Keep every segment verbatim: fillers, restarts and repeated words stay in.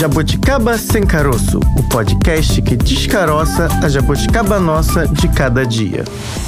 Jabuticaba Sem Caroço, o podcast que descaroça a jabuticaba nossa de cada dia.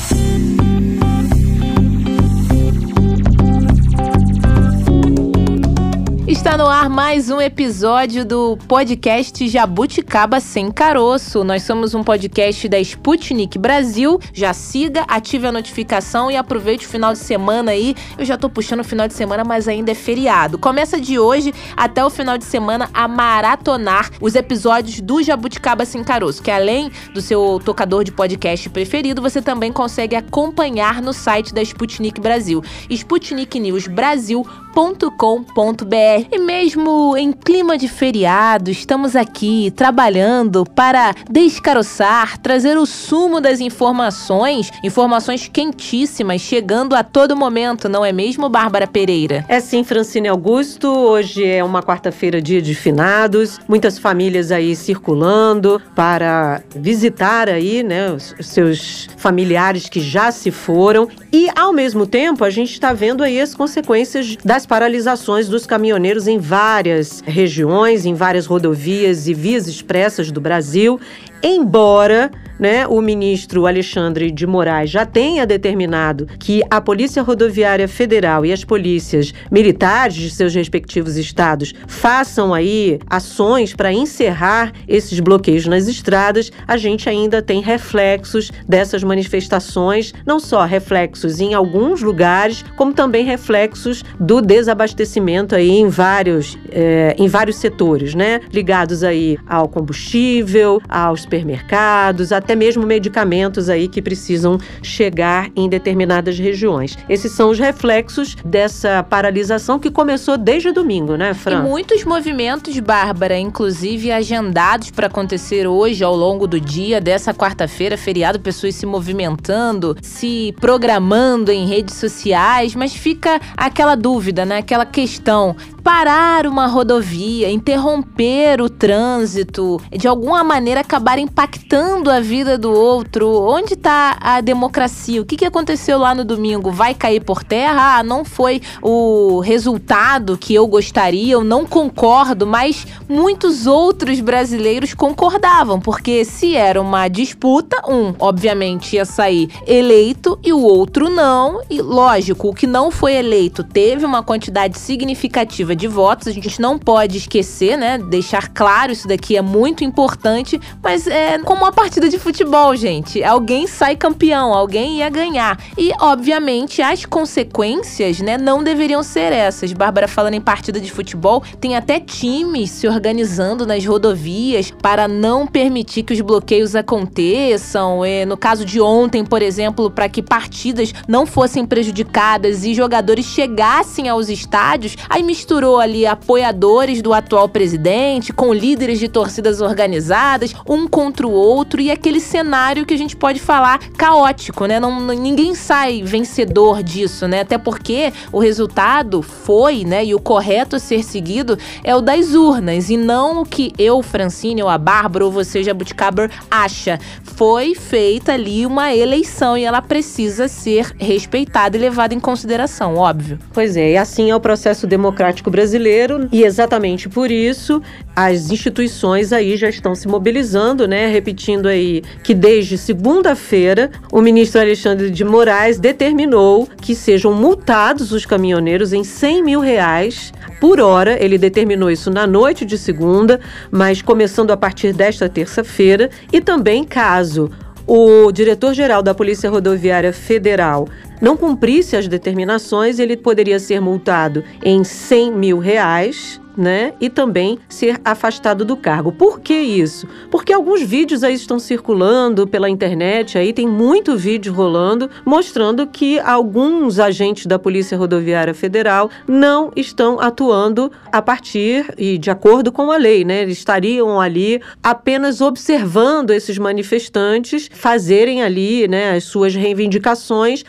Está no ar mais um episódio do podcast Jabuticaba Sem Caroço. Nós somos um podcast da Sputnik Brasil. Já siga, ative a notificação e aproveite o final de semana aí. Eu já tô puxando o final de semana, mas ainda é feriado. Começa de hoje até o final de semana a maratonar os episódios do Jabuticaba Sem Caroço, que além do seu tocador de podcast preferido, você também consegue acompanhar no site da Sputnik Brasil, sputnik news brasil ponto com ponto b r. E mesmo em clima de feriado, estamos aqui trabalhando para descaroçar, trazer o sumo das informações, informações quentíssimas, chegando a todo momento, não é mesmo, Bárbara Pereira? É sim, Francine Augusto. Hoje é uma quarta-feira, dia de finados, muitas famílias aí circulando para visitar aí, né, os seus familiares que já se foram. E, ao mesmo tempo, a gente está vendo aí as consequências das paralisações dos caminhoneiros em várias regiões, em várias rodovias e vias expressas do Brasil, embora, né, o ministro Alexandre de Moraes já tenha determinado que a Polícia Rodoviária Federal e as polícias militares de seus respectivos estados façam aí ações para encerrar esses bloqueios nas estradas, a gente ainda tem reflexos dessas manifestações, não só reflexos em alguns lugares, como também reflexos do desabastecimento aí em vários, é, em vários setores, né, ligados aí ao combustível, aos supermercados, até mesmo medicamentos aí que precisam chegar em determinadas regiões. Esses são os reflexos dessa paralisação que começou desde domingo, né, Fran? E muitos movimentos, Bárbara, inclusive agendados para acontecer hoje ao longo do dia dessa quarta-feira, feriado, pessoas se movimentando, se programando em redes sociais, mas fica aquela dúvida, né, aquela questão: parar uma rodovia, interromper o trânsito, de alguma maneira acabar impactando a vida do outro. Onde está a democracia? O que, que aconteceu lá no domingo? Vai cair por terra? Ah, não foi o resultado que eu gostaria, eu não concordo, mas muitos outros brasileiros concordavam, porque se era uma disputa, um, obviamente, ia sair eleito e o outro não, e lógico, o que não foi eleito teve uma quantidade significativa de votos, a gente não pode esquecer, né, deixar claro, isso daqui é muito importante, mas é como uma partida de futebol, gente, alguém sai campeão, alguém ia ganhar, e obviamente as consequências, né, não deveriam ser essas. Bárbara, falando em partida de futebol, tem até times se organizando nas rodovias para não permitir que os bloqueios aconteçam, e, no caso de ontem, por exemplo, para que partidas não fossem prejudicadas e jogadores chegassem aos estádios, aí misturou ali apoiadores do atual presidente com líderes de torcidas organizadas, um contra o outro, e aquele cenário que a gente pode falar caótico, né? Não, ninguém sai vencedor disso, né? Até porque o resultado foi, né? E o correto a ser seguido é o das urnas, e não o que eu, Francine, ou a Bárbara, ou você, Jabuticaba, acha. Foi feita ali uma eleição e ela precisa ser respeitada e levada em consideração, óbvio. Pois é, e assim é o processo democrático brasileiro, e exatamente por isso as instituições aí já estão se mobilizando, né? Repetindo aí que desde segunda-feira o ministro Alexandre de Moraes determinou que sejam multados os caminhoneiros em cem mil reais por hora. Ele determinou isso na noite de segunda, mas começando a partir desta terça-feira, e também caso o diretor-geral da Polícia Rodoviária Federal não cumprisse as determinações, ele poderia ser multado em cem mil reais, né? E também ser afastado do cargo. Por que isso? Porque alguns vídeos aí estão circulando pela internet, aí tem muito vídeo rolando, mostrando que alguns agentes da Polícia Rodoviária Federal não estão atuando a partir e de acordo com a lei, né? Eles estariam ali apenas observando esses manifestantes fazerem ali, né, as suas reivindicações, observando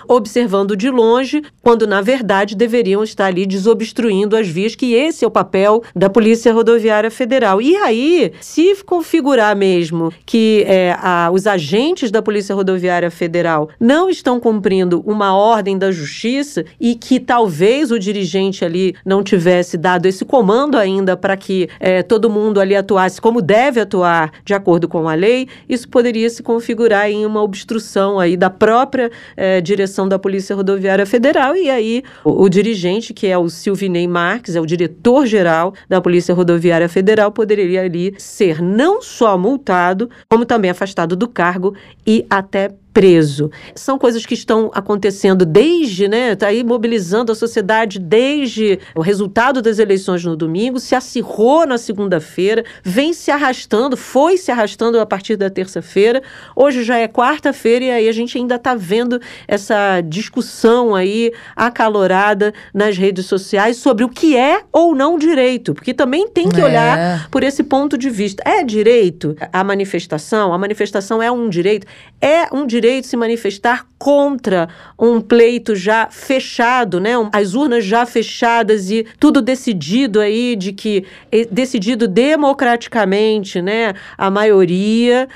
observando de longe, quando na verdade deveriam estar ali desobstruindo as vias, que esse é o papel da Polícia Rodoviária Federal. E aí, se configurar mesmo que é, a, os agentes da Polícia Rodoviária Federal não estão cumprindo uma ordem da Justiça e que talvez o dirigente ali não tivesse dado esse comando ainda para que é, todo mundo ali atuasse como deve atuar de acordo com a lei, isso poderia se configurar em uma obstrução aí da própria é, direção da Polícia Rodoviária Federal. E aí o, o dirigente, que é o Silvinei Marques, é o diretor-geral da Polícia Rodoviária Federal, poderia ali ser não só multado, como também afastado do cargo e até preso. São coisas que estão acontecendo desde, né, tá aí mobilizando a sociedade desde o resultado das eleições no domingo, se acirrou na segunda-feira, vem se arrastando, foi se arrastando a partir da terça-feira, hoje já é quarta-feira e aí a gente ainda está vendo essa discussão aí acalorada nas redes sociais sobre o que é ou não direito, porque também tem que olhar é. por esse ponto de vista. É direito a manifestação? A manifestação é um direito? É um direito direito de se manifestar contra um pleito já fechado, né? As urnas já fechadas e tudo decidido aí, de que decidido democraticamente, né? A maioria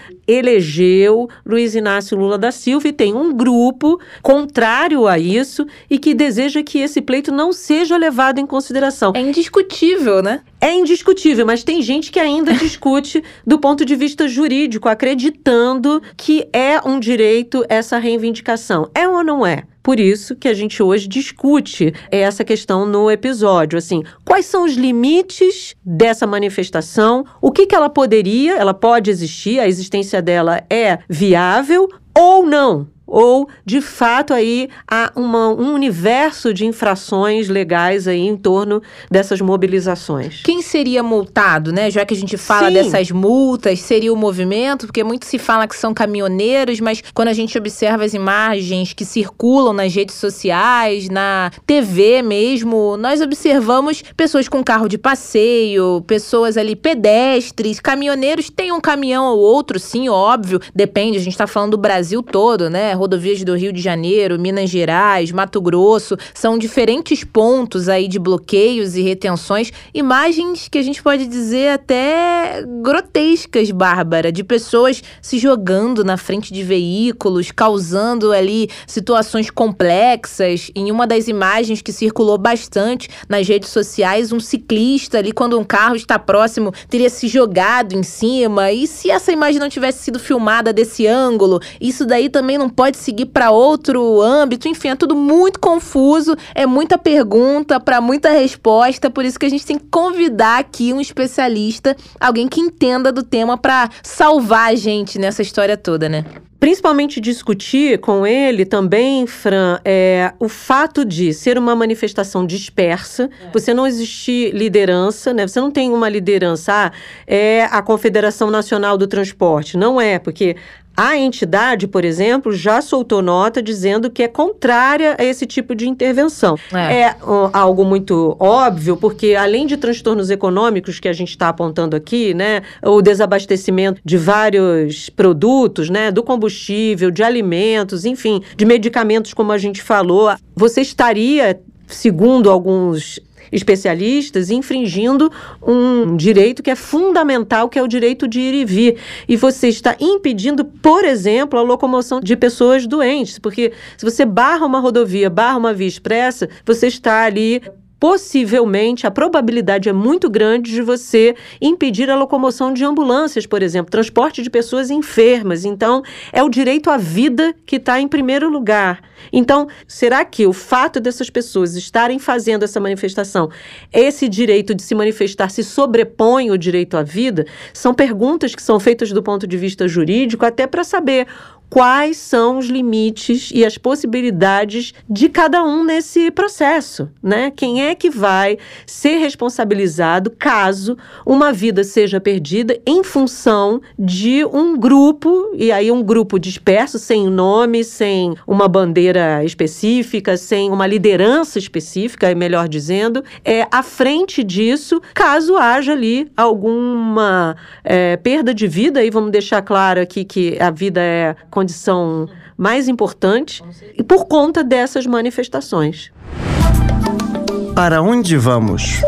elegeu Luiz Inácio Lula da Silva e tem um grupo contrário a isso e que deseja que esse pleito não seja levado em consideração. É indiscutível, né? É indiscutível, mas tem gente que ainda discute do ponto de vista jurídico, acreditando que é um direito essa reivindicação. É ou não é? Por isso que a gente hoje discute essa questão no episódio, assim, quais são os limites dessa manifestação, o que que ela poderia, ela pode existir, a existência dela é viável ou não? Ou, de fato, aí há uma, um universo de infrações legais aí em torno dessas mobilizações. Quem seria multado, né? Já que a gente fala Sim. dessas multas, seria o movimento, porque muito se fala que são caminhoneiros, mas quando a gente observa as imagens que circulam nas redes sociais, na T V mesmo, nós observamos pessoas com carro de passeio, pessoas ali pedestres, caminhoneiros. Tem um caminhão ou outro, sim, óbvio, depende, a gente tá falando do Brasil todo, né? Rodovias do Rio de Janeiro, Minas Gerais, Mato Grosso, são diferentes pontos aí de bloqueios e retenções, imagens que a gente pode dizer até grotescas, Bárbara, de pessoas se jogando na frente de veículos, causando ali situações complexas. Em uma das imagens que circulou bastante nas redes sociais, um ciclista ali, quando um carro está próximo, teria se jogado em cima, e se essa imagem não tivesse sido filmada desse ângulo, isso daí também não pode seguir para outro âmbito, enfim, é tudo muito confuso, é muita pergunta para muita resposta, por isso que a gente tem que convidar aqui um especialista, alguém que entenda do tema para salvar a gente nessa história toda, né? Principalmente discutir com ele também, Fran, é, o fato de ser uma manifestação dispersa, é. você não existir liderança, né? Você não tem uma liderança, ah, é a Confederação Nacional do Transporte. Não é, porque a entidade, por exemplo, já soltou nota dizendo que é contrária a esse tipo de intervenção. É, é uh, algo muito óbvio, porque além de transtornos econômicos que a gente está apontando aqui, né, o desabastecimento de vários produtos, né, do combustível, de alimentos, enfim, de medicamentos, como a gente falou, você estaria, segundo alguns especialistas, infringindo um direito que é fundamental, que é o direito de ir e vir. E você está impedindo, por exemplo, a locomoção de pessoas doentes, porque se você barra uma rodovia, barra uma via expressa, você está ali possivelmente, a probabilidade é muito grande de você impedir a locomoção de ambulâncias, por exemplo, transporte de pessoas enfermas. Então, é o direito à vida que está em primeiro lugar. Então, será que o fato dessas pessoas estarem fazendo essa manifestação, esse direito de se manifestar se sobrepõe ao direito à vida? São perguntas que são feitas do ponto de vista jurídico, até para saber quais são os limites e as possibilidades de cada um nesse processo, né? Quem é que vai ser responsabilizado caso uma vida seja perdida em função de um grupo, e aí um grupo disperso, sem nome, sem uma bandeira específica, sem uma liderança específica, melhor dizendo, é, à frente disso, caso haja ali alguma é, perda de vida, e vamos deixar claro aqui que a vida é condição mais importante e por conta dessas manifestações. Para onde vamos?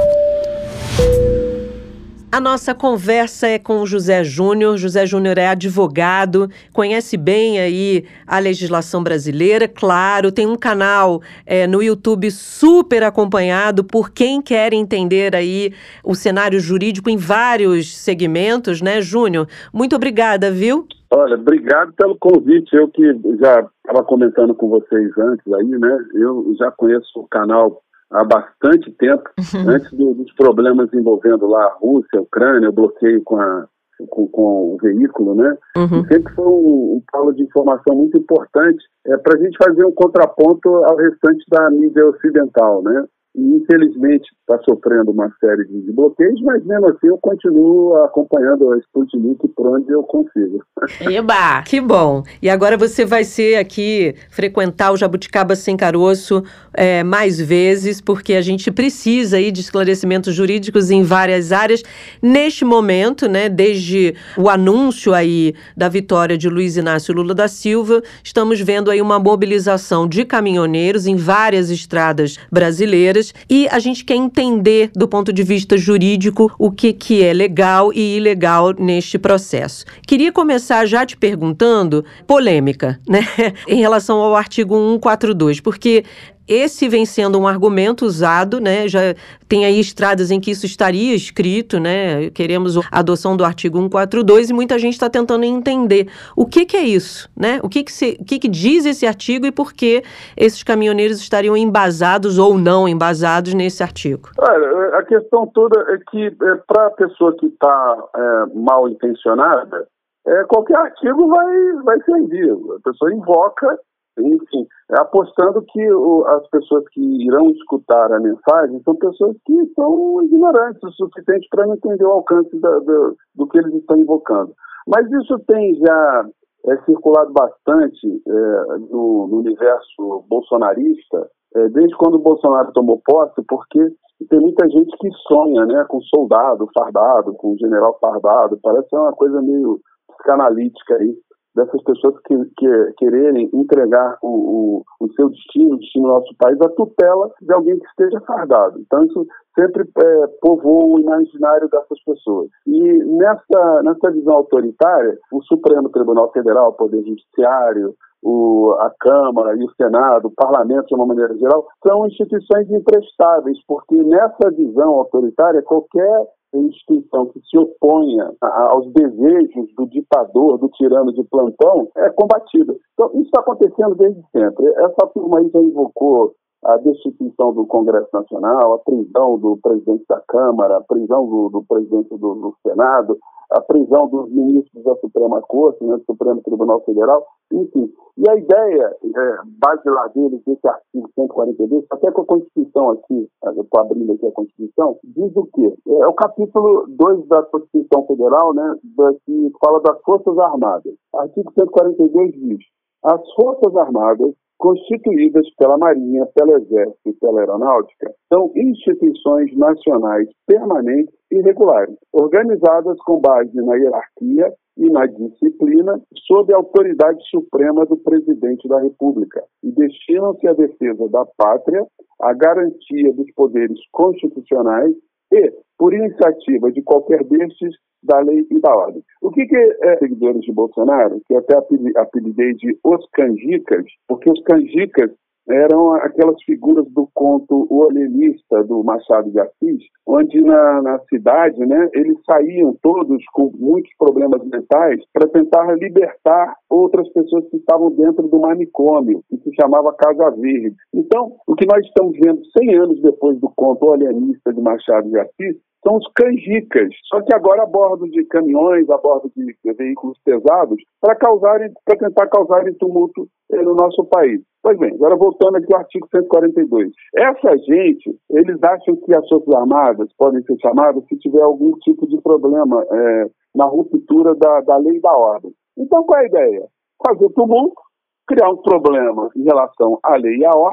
A nossa conversa é com o José Júnior. José Júnior é advogado, conhece bem aí a legislação brasileira, claro, tem um canal é, no YouTube super acompanhado por quem quer entender aí o cenário jurídico em vários segmentos, né, Júnior? Muito obrigada, viu? Olha, obrigado pelo convite. Eu que já estava comentando com vocês antes aí, né? Eu já conheço o canal há bastante tempo, uhum. antes do, dos problemas envolvendo lá a Rússia, a Ucrânia, o bloqueio com, a, com, com o veículo, né? Uhum. E sempre foi um, um polo de informação muito importante é, para a gente fazer um contraponto ao restante da mídia ocidental, né? E, infelizmente, está sofrendo uma série de bloqueios, mas mesmo assim eu continuo acompanhando a Sputnik por onde eu consigo. Eba! Que bom! E agora você vai ser aqui, frequentar o Jabuticaba Sem Caroço é, mais vezes, porque a gente precisa aí de esclarecimentos jurídicos em várias áreas. Neste momento, né, desde o anúncio aí da vitória de Luiz Inácio Lula da Silva, estamos vendo aí uma mobilização de caminhoneiros em várias estradas brasileiras. E a gente quer entender, do ponto de vista jurídico, o que, que é legal e ilegal neste processo. Queria começar já te perguntando, polêmica, né, em relação ao artigo cento e quarenta e dois, porque esse vem sendo um argumento usado, né? Já tem aí estradas em que isso estaria escrito, né? Queremos a adoção do artigo cento e quarenta e dois e muita gente está tentando entender o que, que é isso, né? O, que, que, se, o que, que diz esse artigo e por que esses caminhoneiros estariam embasados ou não embasados nesse artigo? Olha, a questão toda é que é, para a pessoa que está é, mal intencionada, é, qualquer artigo vai, vai servir. A pessoa invoca, enfim, apostando que o, as pessoas que irão escutar a mensagem são pessoas que são ignorantes o suficiente para não entender o alcance da, da, do que eles estão invocando. Mas isso tem já é, circulado bastante é, no, no universo bolsonarista, é, desde quando o Bolsonaro tomou posse, porque tem muita gente que sonha, né, com soldado fardado, com general fardado, parece uma coisa meio psicanalítica aí, dessas pessoas que, que quererem entregar o, o, o seu destino, o destino do nosso país, à tutela de alguém que esteja fardado. Então isso sempre é, povoa o imaginário dessas pessoas. E nessa, nessa visão autoritária, o Supremo Tribunal Federal, o Poder Judiciário, o, a Câmara e o Senado, o Parlamento de uma maneira geral, são instituições imprestáveis, porque nessa visão autoritária, qualquer instituição que se oponha aos desejos do ditador, do tirano de plantão, é combatida. Então, isso está acontecendo desde sempre. Essa turma aí já invocou a destituição do Congresso Nacional, a prisão do presidente da Câmara, a prisão do, do presidente do, do Senado, a prisão dos ministros da Suprema Corte, né, do Supremo Tribunal Federal, enfim. E a ideia é, basilar deles, desse artigo cento e quarenta e dois, até com a Constituição aqui, eu estou abrindo aqui a Constituição, diz o quê? É o capítulo dois da Constituição Federal, né, que fala das Forças Armadas. Artigo cento e quarenta e dois diz: as Forças Armadas, constituídas pela Marinha, pelo Exército e pela Aeronáutica, são instituições nacionais permanentes e regulares, organizadas com base na hierarquia e na disciplina, sob a autoridade suprema do Presidente da República, e destinam-se à defesa da pátria, à garantia dos poderes constitucionais e, por iniciativa de qualquer destes, da lei e da ordem. O que que é, seguidores de Bolsonaro, que até apelidei de os canjicas, porque os canjicas eram aquelas figuras do conto O Alienista, do Machado de Assis, onde na, na cidade, né, eles saíam todos com muitos problemas mentais para tentar libertar outras pessoas que estavam dentro do manicômio, que se chamava Casa Verde. Então, o que nós estamos vendo cem anos depois do conto O Alienista, de Machado de Assis, são os canjicas, só que agora a bordo de caminhões, a bordo de veículos pesados, para causarem, para tentar causarem tumulto no nosso país. Pois bem, agora voltando aqui ao artigo cento e quarenta e dois. Essa gente, eles acham que as Forças Armadas podem ser chamadas se tiver algum tipo de problema é, na ruptura da, da lei e da ordem. Então, qual é a ideia? Fazer tumulto, criar um problema em relação à lei e à ordem,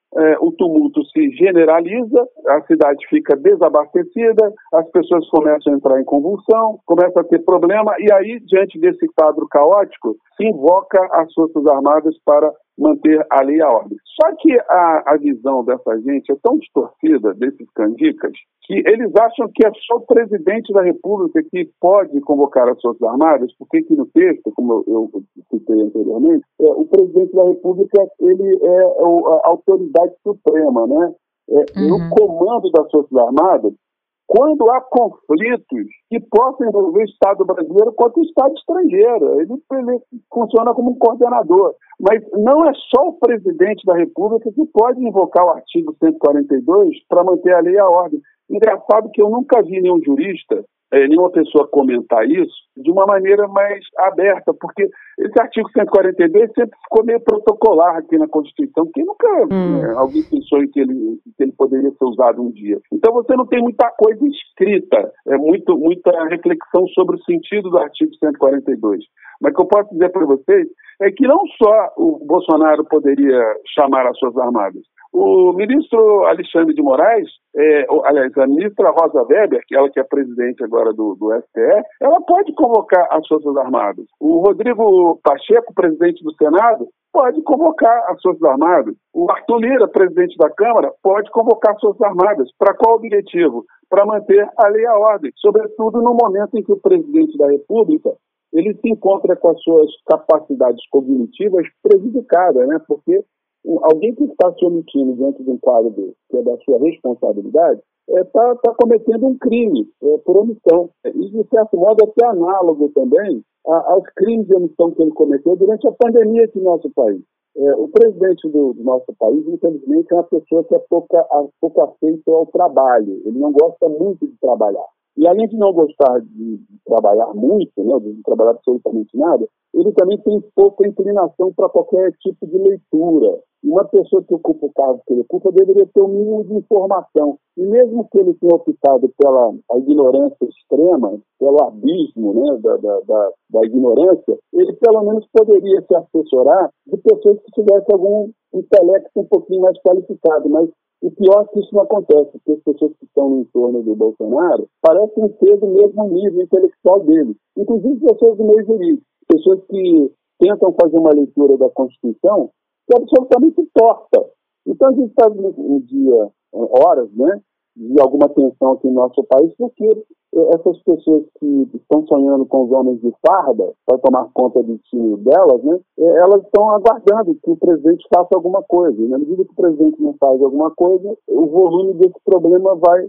é, o tumulto se generaliza, a cidade fica desabastecida, as pessoas começam a entrar em convulsão, começam a ter problema, e aí, diante desse quadro caótico, se invoca as Forças Armadas para manter a lei e a ordem. Só que a, a visão dessa gente é tão distorcida, desses candicas, que eles acham que é só o presidente da República que pode convocar as Forças Armadas, porque aqui no texto, como eu, eu citei anteriormente, é, o presidente da República ele é a autoridade suprema, né? É, uhum. No comando das Forças Armadas, quando há conflitos que possam envolver o Estado brasileiro contra o Estado estrangeiro. Ele, ele funciona como um coordenador. Mas não é só o presidente da República que pode invocar o artigo cento e quarenta e dois para manter a lei e a ordem. Engraçado que eu nunca vi nenhum jurista, é, nenhuma pessoa comentar isso de uma maneira mais aberta, porque esse artigo cento e quarenta e dois sempre ficou meio protocolar aqui na Constituição, porque nunca hum. é, alguém pensou em que ele, que ele poderia ser usado um dia. Então você não tem muita coisa escrita, é muito, muita reflexão sobre o sentido do artigo cento e quarenta e dois. Mas o que eu posso dizer para vocês é que não só o Bolsonaro poderia chamar as Forças Armadas. O ministro Alexandre de Moraes, é, aliás, a ministra Rosa Weber, que ela que é presidente agora do, do S T F, ela pode convocar as Forças Armadas. O Rodrigo Pacheco, presidente do Senado, pode convocar as Forças Armadas. O Arthur Lira, presidente da Câmara, pode convocar as Forças Armadas. Para qual objetivo? Para manter a lei e a ordem, sobretudo no momento em que o presidente da República ele se encontra com as suas capacidades cognitivas prejudicadas, né? Porque alguém que está se omitindo diante de um quadro desse, que é da sua responsabilidade, está é, tá, tá cometendo um crime é, por omissão. E, de certo modo, é até análogo também a, aos crimes de omissão que ele cometeu durante a pandemia aqui no nosso país. É, o presidente do, do nosso país, infelizmente, é uma pessoa que é pouco, pouco afeito ao trabalho. Ele não gosta muito de trabalhar. E além de não gostar de, de trabalhar muito, né, de trabalhar absolutamente nada, ele também tem pouca inclinação para qualquer tipo de leitura. Uma pessoa que ocupa o cargo que ele ocupa deveria ter o mínimo de informação. E mesmo que ele tenha optado pela a ignorância extrema, pelo abismo, né, da, da, da, da ignorância, ele pelo menos poderia se assessorar de pessoas que tivessem algum intelecto um pouquinho mais qualificado. Mas o pior é que isso não acontece, porque as pessoas que estão no entorno do Bolsonaro parecem ser do mesmo nível intelectual dele, inclusive pessoas do meio jurídico, pessoas que tentam fazer uma leitura da Constituição que é absolutamente torta. Então a gente está um dia, horas, né, de alguma tensão aqui no nosso país, porque essas pessoas que estão sonhando com os homens de farda para tomar conta do time delas, né, elas estão aguardando que o presidente faça alguma coisa. E na medida que o presidente não faz alguma coisa, o volume desse problema vai,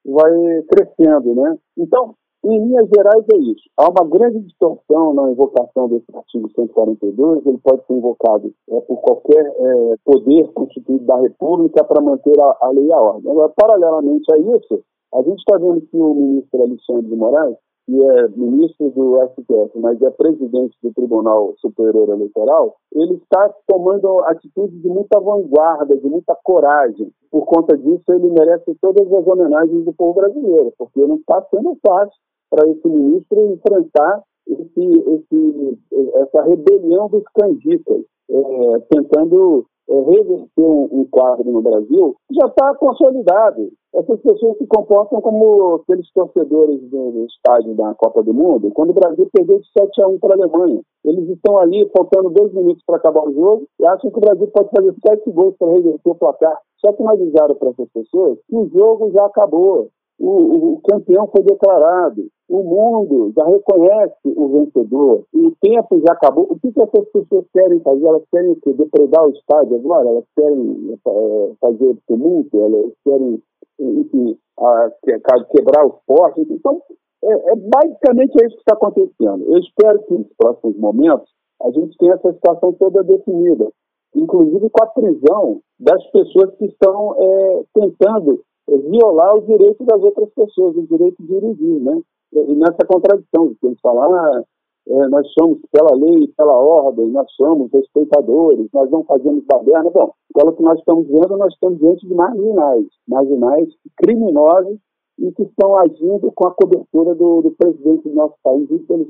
vai crescendo, né? Então, em linhas gerais é isso. Há uma grande distorção na invocação desse artigo cento e quarenta e dois, ele pode ser invocado é, por qualquer é, poder constituído da República para manter a, a lei e a ordem. Agora, paralelamente a isso, a gente está vendo que o ministro Alexandre de Moraes, que é ministro do S T F, mas é presidente do Tribunal Superior Eleitoral, ele está tomando atitudes de muita vanguarda, de muita coragem. Por conta disso, ele merece todas as homenagens do povo brasileiro, porque não está sendo fácil para esse ministro enfrentar esse, esse, essa rebelião dos canjicas, é, tentando é, reverter um, um quadro no Brasil que já está consolidado. Essas pessoas se comportam como aqueles torcedores do, do estádio da Copa do Mundo, quando o Brasil perdeu de sete a um para a Alemanha. Eles estão ali, faltando dois minutos para acabar o jogo, e acham que o Brasil pode fazer sete gols para reverter o placar. Só que não avisaram para essas pessoas que o jogo já acabou. O, o, o campeão foi declarado, o mundo já reconhece o vencedor, e o tempo já acabou. O que, que essas pessoas querem fazer? Elas querem que, depredar o estádio agora? Elas querem é, fazer tumulto? Elas querem, enfim, a, quebrar os postes? Então, é, é, basicamente é isso que está acontecendo. Eu espero que nos próximos momentos a gente tenha essa situação toda definida, inclusive com a prisão das pessoas que estão é, tentando violar o direito das outras pessoas, o direito de ir e vir, né? E nessa contradição, que eles falam, ah, é, nós somos pela lei, pela ordem, nós somos respeitadores, nós não fazemos baderna. Bom, pelo que nós estamos vendo, nós estamos diante de marginais, marginais criminosos e que estão agindo com a cobertura do, do presidente do nosso país, infelizmente.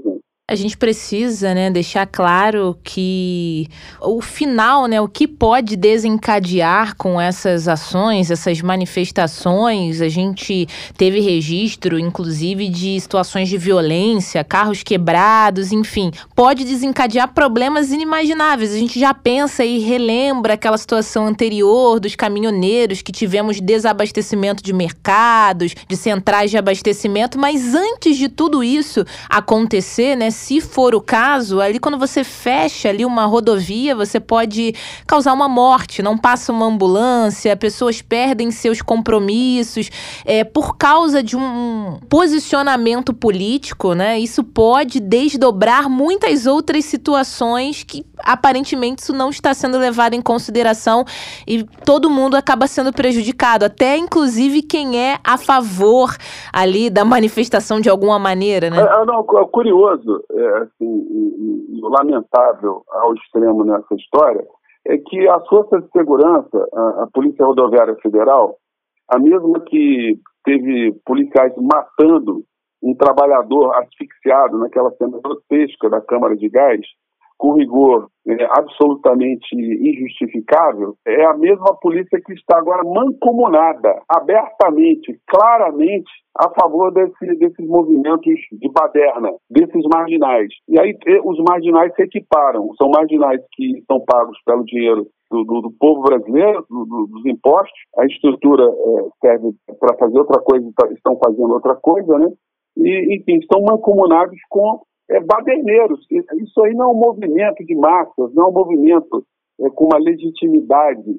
A gente precisa, né, deixar claro que o final, né, o que pode desencadear com essas ações, essas manifestações, a gente teve registro, inclusive, de situações de violência, carros quebrados, enfim, pode desencadear problemas inimagináveis. A gente já pensa e relembra aquela situação anterior dos caminhoneiros que tivemos desabastecimento de mercados, de centrais de abastecimento, mas antes de tudo isso acontecer, né, se for o caso, ali quando você fecha ali uma rodovia, você pode causar uma morte, não passa uma ambulância, pessoas perdem seus compromissos, é, por causa de um posicionamento político, né? Isso pode desdobrar muitas outras situações que aparentemente isso não está sendo levado em consideração e todo mundo acaba sendo prejudicado, até inclusive quem é a favor ali da manifestação de alguma maneira, né? É, não, é curioso, é, assim, e, e, e lamentável ao extremo nessa história, é que as forças de segurança, a, a Polícia Rodoviária Federal, a mesma que teve policiais matando um trabalhador asfixiado naquela cena grotesca da Câmara de Gás, com rigor é, absolutamente injustificável, é a mesma polícia que está agora mancomunada, abertamente, claramente, a favor desse, desses movimentos de baderna, desses marginais. E aí os marginais se equiparam, são marginais que são pagos pelo dinheiro do, do, do povo brasileiro, do, do, dos impostos, a estrutura é, serve para fazer outra coisa, estão fazendo outra coisa, né? E, enfim, estão mancomunados com É, baderneiros. Isso aí não é um movimento de massas, não é um movimento é, com uma legitimidade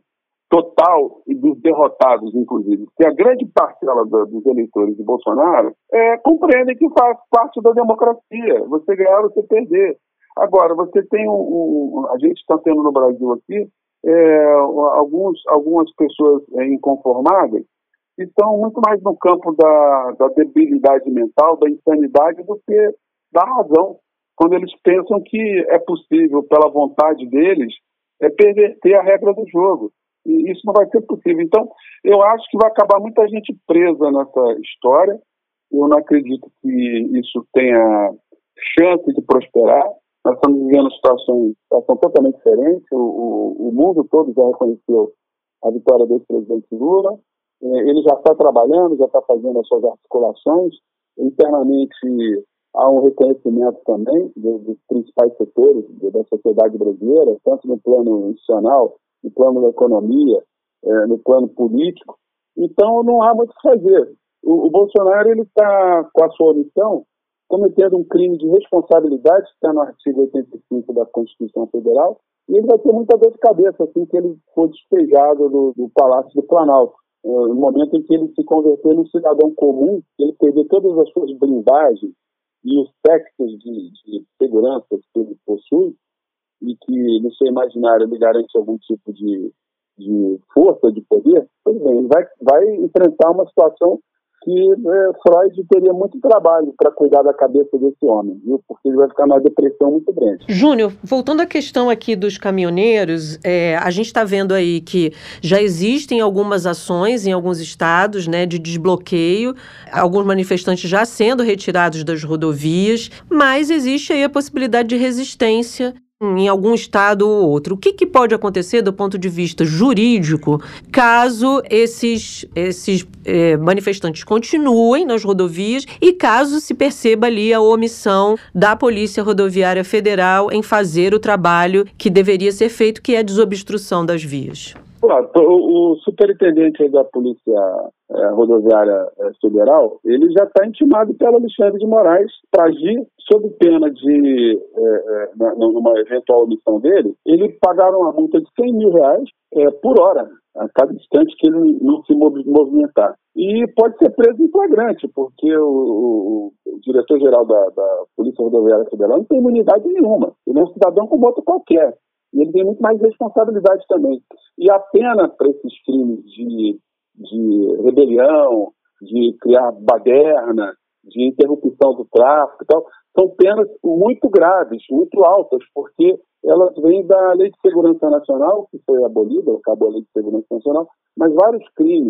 total e dos derrotados, inclusive. Porque a grande parcela do, dos eleitores de Bolsonaro é, compreendem que faz parte da democracia. Você ganhar, você perder. Agora, você tem um... um a gente está tendo no Brasil aqui é, alguns, algumas pessoas é, inconformadas que estão muito mais no campo da, da debilidade mental, da insanidade, do que da razão, quando eles pensam que é possível, pela vontade deles, é perverter a regra do jogo. E isso não vai ser possível. Então, eu acho que vai acabar muita gente presa nessa história. Eu não acredito que isso tenha chance de prosperar. Nós estamos vivendo situações, situação totalmente diferente. O, o, o mundo todo já reconheceu a vitória do presidente Lula. Ele já está trabalhando, já está fazendo as suas articulações. Internamente, há um reconhecimento também dos, dos principais setores da sociedade brasileira, tanto no plano institucional, no plano da economia, é, no plano político. Então, não há muito o que fazer. O, o Bolsonaro está, com a sua omissão, cometendo um crime de responsabilidade, que está no artigo oitenta e cinco da Constituição Federal, e ele vai ter muita dor de cabeça assim que ele for despejado do, do Palácio do Planalto. No momento em que ele se converter num cidadão comum, ele perder todas as suas blindagens e os textos de, de segurança que ele possui, e que no seu imaginário ele garante algum tipo de, de força, de poder, pois bem, ele vai, vai enfrentar uma situação que é, Freud teria muito trabalho para cuidar da cabeça desse homem, viu? Porque ele vai ficar numa depressão muito grande. Júnior, voltando à questão aqui dos caminhoneiros, é, a gente está vendo aí que já existem algumas ações em alguns estados, né, de desbloqueio, alguns manifestantes já sendo retirados das rodovias, mas existe aí a possibilidade de resistência em algum estado ou outro. O que, que pode acontecer do ponto de vista jurídico caso esses, esses é, manifestantes continuem nas rodovias e caso se perceba ali a omissão da Polícia Rodoviária Federal em fazer o trabalho que deveria ser feito, que é a desobstrução das vias? O, o superintendente da Polícia é, Rodoviária Federal, ele já está intimado pelo Alexandre de Moraes para agir sob pena de, é, é, numa eventual omissão dele, ele pagar uma multa de cem mil reais é, por hora, a cada instante que ele não se movimentar. E pode ser preso em flagrante, porque o, o, o diretor-geral da, da Polícia Rodoviária Federal não tem imunidade nenhuma. Ele é um cidadão como outro qualquer. E ele tem muito mais responsabilidade também. E a pena para esses crimes de, de rebelião, de criar baderna, de interrupção do tráfico e tal, são penas muito graves, muito altas, porque elas vêm da Lei de Segurança Nacional, que foi abolida, acabou a Lei de Segurança Nacional, mas vários crimes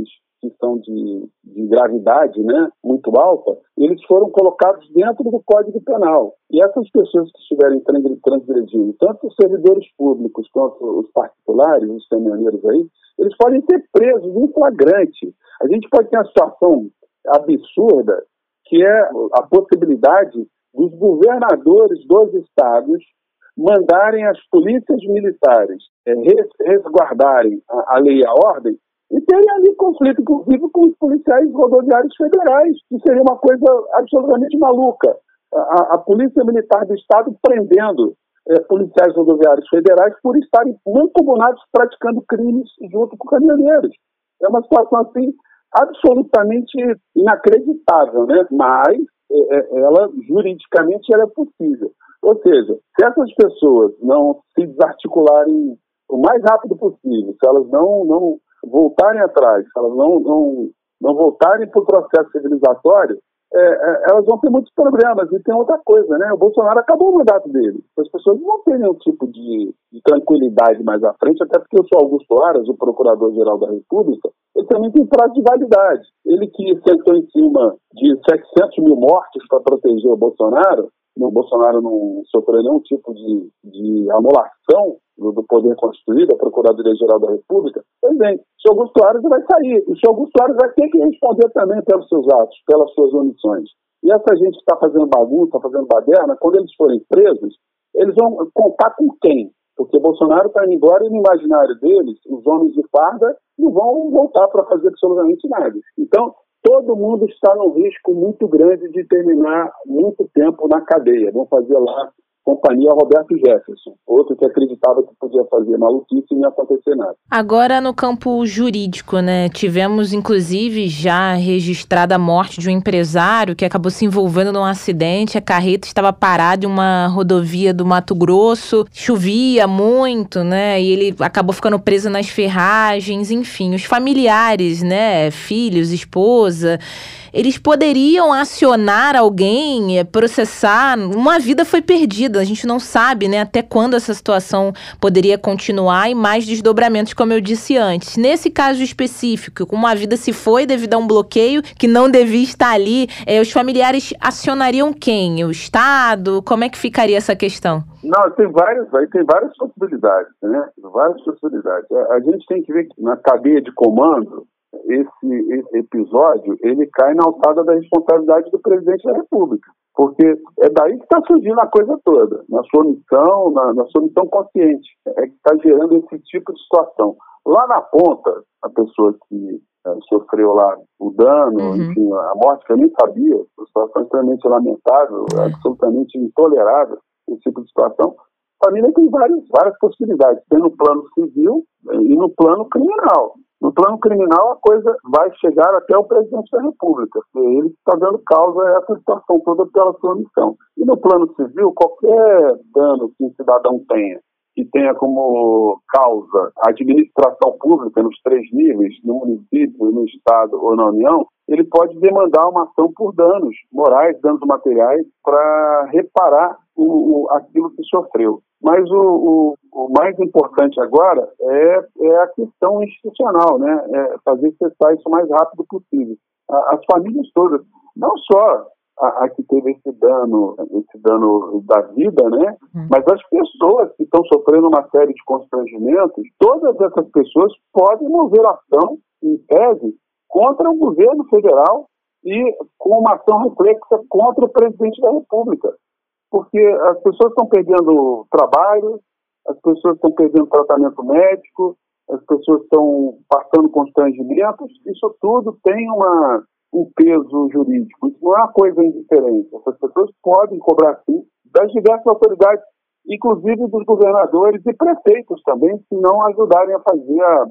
que são de, de gravidade, né, muito alta, eles foram colocados dentro do Código Penal. E essas pessoas que estiverem transgredindo, tanto os servidores públicos quanto os particulares, os caminhoneiros aí, eles podem ser presos em flagrante. A gente pode ter uma situação absurda, que é a possibilidade dos governadores dos estados mandarem as polícias militares é, resguardarem a, a lei e a ordem e terem ali conflito, inclusive, com os policiais rodoviários federais, que seria uma coisa absolutamente maluca. A, a Polícia Militar do Estado prendendo é, policiais rodoviários federais por estarem mancomunados praticando crimes junto com caminhoneiros. É uma situação, assim, absolutamente inacreditável, né? Mas é, ela, juridicamente, ela é possível. Ou seja, se essas pessoas não se desarticularem o mais rápido possível, se elas não, não voltarem atrás, se elas não, não, não voltarem para o processo civilizatório, é, é, elas vão ter muitos problemas. E tem outra coisa, né? O Bolsonaro acabou o mandato dele. As pessoas não vão ter nenhum tipo de, de tranquilidade mais à frente, até porque o senhor Augusto Aras, o Procurador-Geral da República, ele também tem prazo de validade. Ele que sentou em cima de setecentos mil mortes para proteger o Bolsonaro, o Bolsonaro não sofreu nenhum tipo de, de anulação do, do poder constituído, a Procuradoria-Geral da República. Pois bem, o senhor Augusto Aras vai sair. O senhor Augusto Aras vai ter que responder também pelos seus atos, pelas suas omissões. E essa gente que está fazendo bagunça, fazendo baderna, quando eles forem presos, eles vão contar com quem? Porque Bolsonaro está indo embora e no imaginário deles, os homens de farda não vão voltar para fazer absolutamente nada. Então, todo mundo está num risco muito grande de terminar muito tempo na cadeia. Vão fazer lá companhia Roberto Jefferson, outro que acreditava que podia fazer maluquice e não ia acontecer nada. Agora, no campo jurídico, né, tivemos inclusive já registrada a morte de um empresário que acabou se envolvendo num acidente. A carreta estava parada em uma rodovia do Mato Grosso, chovia muito, né, e ele acabou ficando preso nas ferragens. Enfim, os familiares, né, filhos, esposa, eles poderiam acionar alguém, processar. Uma vida foi perdida. A gente não sabe, né, até quando essa situação poderia continuar e mais desdobramentos, como eu disse antes. Nesse caso específico, uma vida se foi devido a um bloqueio que não devia estar ali, eh, os familiares acionariam quem? O Estado? Como é que ficaria essa questão? Não, tem várias, aí tem várias possibilidades, né? Várias possibilidades. A, a gente tem que ver que na cadeia de comando, esse, esse episódio, ele cai na alçada da responsabilidade do presidente da República. Porque é daí que está surgindo a coisa toda, na sua missão, na, na sua missão consciente, é que está gerando esse tipo de situação. Lá na ponta, a pessoa que é, sofreu lá o dano, uhum. enfim, a morte, que eu nem sabia, uma situação extremamente lamentável, uhum. absolutamente intolerável, esse tipo de situação, a família tem várias, várias possibilidades, tem no plano civil e no plano criminal. No plano criminal, a coisa vai chegar até o presidente da República, porque ele está dando causa a essa situação toda pela sua missão. E no plano civil, qualquer dano que um cidadão tenha, que tenha como causa a administração pública nos três níveis, no município, no Estado ou na União, ele pode demandar uma ação por danos morais, danos materiais, para reparar o, o, aquilo que sofreu. Mas o, o, o mais importante agora é, é a questão institucional, né? É fazer cessar isso o mais rápido possível. A, as famílias todas, não só a, a que teve esse dano, esse dano da vida, né? Hum. Mas as pessoas que estão sofrendo uma série de constrangimentos, todas essas pessoas podem mover ação, em tese, contra o governo federal e com uma ação reflexa contra o presidente da República. Porque as pessoas estão perdendo trabalho, as pessoas estão perdendo tratamento médico, as pessoas estão passando constrangimentos, isso tudo tem uma, um peso jurídico, isso não é uma coisa indiferente. Essas pessoas podem cobrar, sim, das diversas autoridades, inclusive dos governadores e prefeitos também, se não ajudarem a fazer a